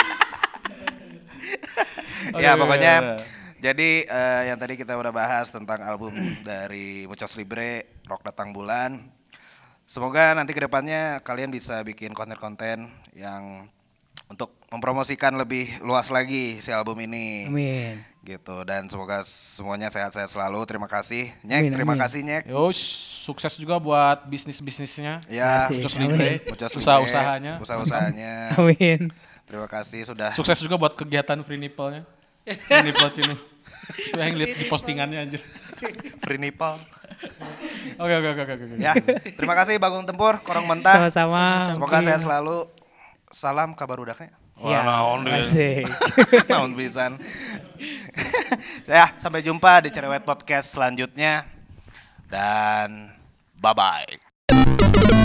Oke, Ya oke, pokoknya oke. jadi eh, yang tadi kita udah bahas tentang album dari Muchos Libre, Rock Datang Bulan. Semoga nanti kedepannya kalian bisa bikin konten-konten yang untuk mempromosikan lebih luas lagi si album ini. Amin. Gitu, dan semoga semuanya sehat-sehat selalu. Terima kasih Nyek, Amin, terima amin. kasih Nyek. Yo, sukses juga buat bisnis-bisnisnya. Ya, Asik. Muchos Amin. Libre, Muchos Libre, usaha-usahanya. Usaha-usahanya. Amin. Terima kasih sudah. Sukses juga buat kegiatan free nipple-nya. Free nipple Cinu. Itu yang lihat di postingannya anjir. Free nipple. Oke oke oke oke oke. Ya, terima kasih Bagong Tempur, Korong Mentah. Sama-sama. Semoga Mungkin. sehat selalu. Salam kabar udaknya. Siap. naon deh. Asik. Naon pisan. Ya, sampai jumpa di Cerewet Podcast selanjutnya. Dan bye-bye.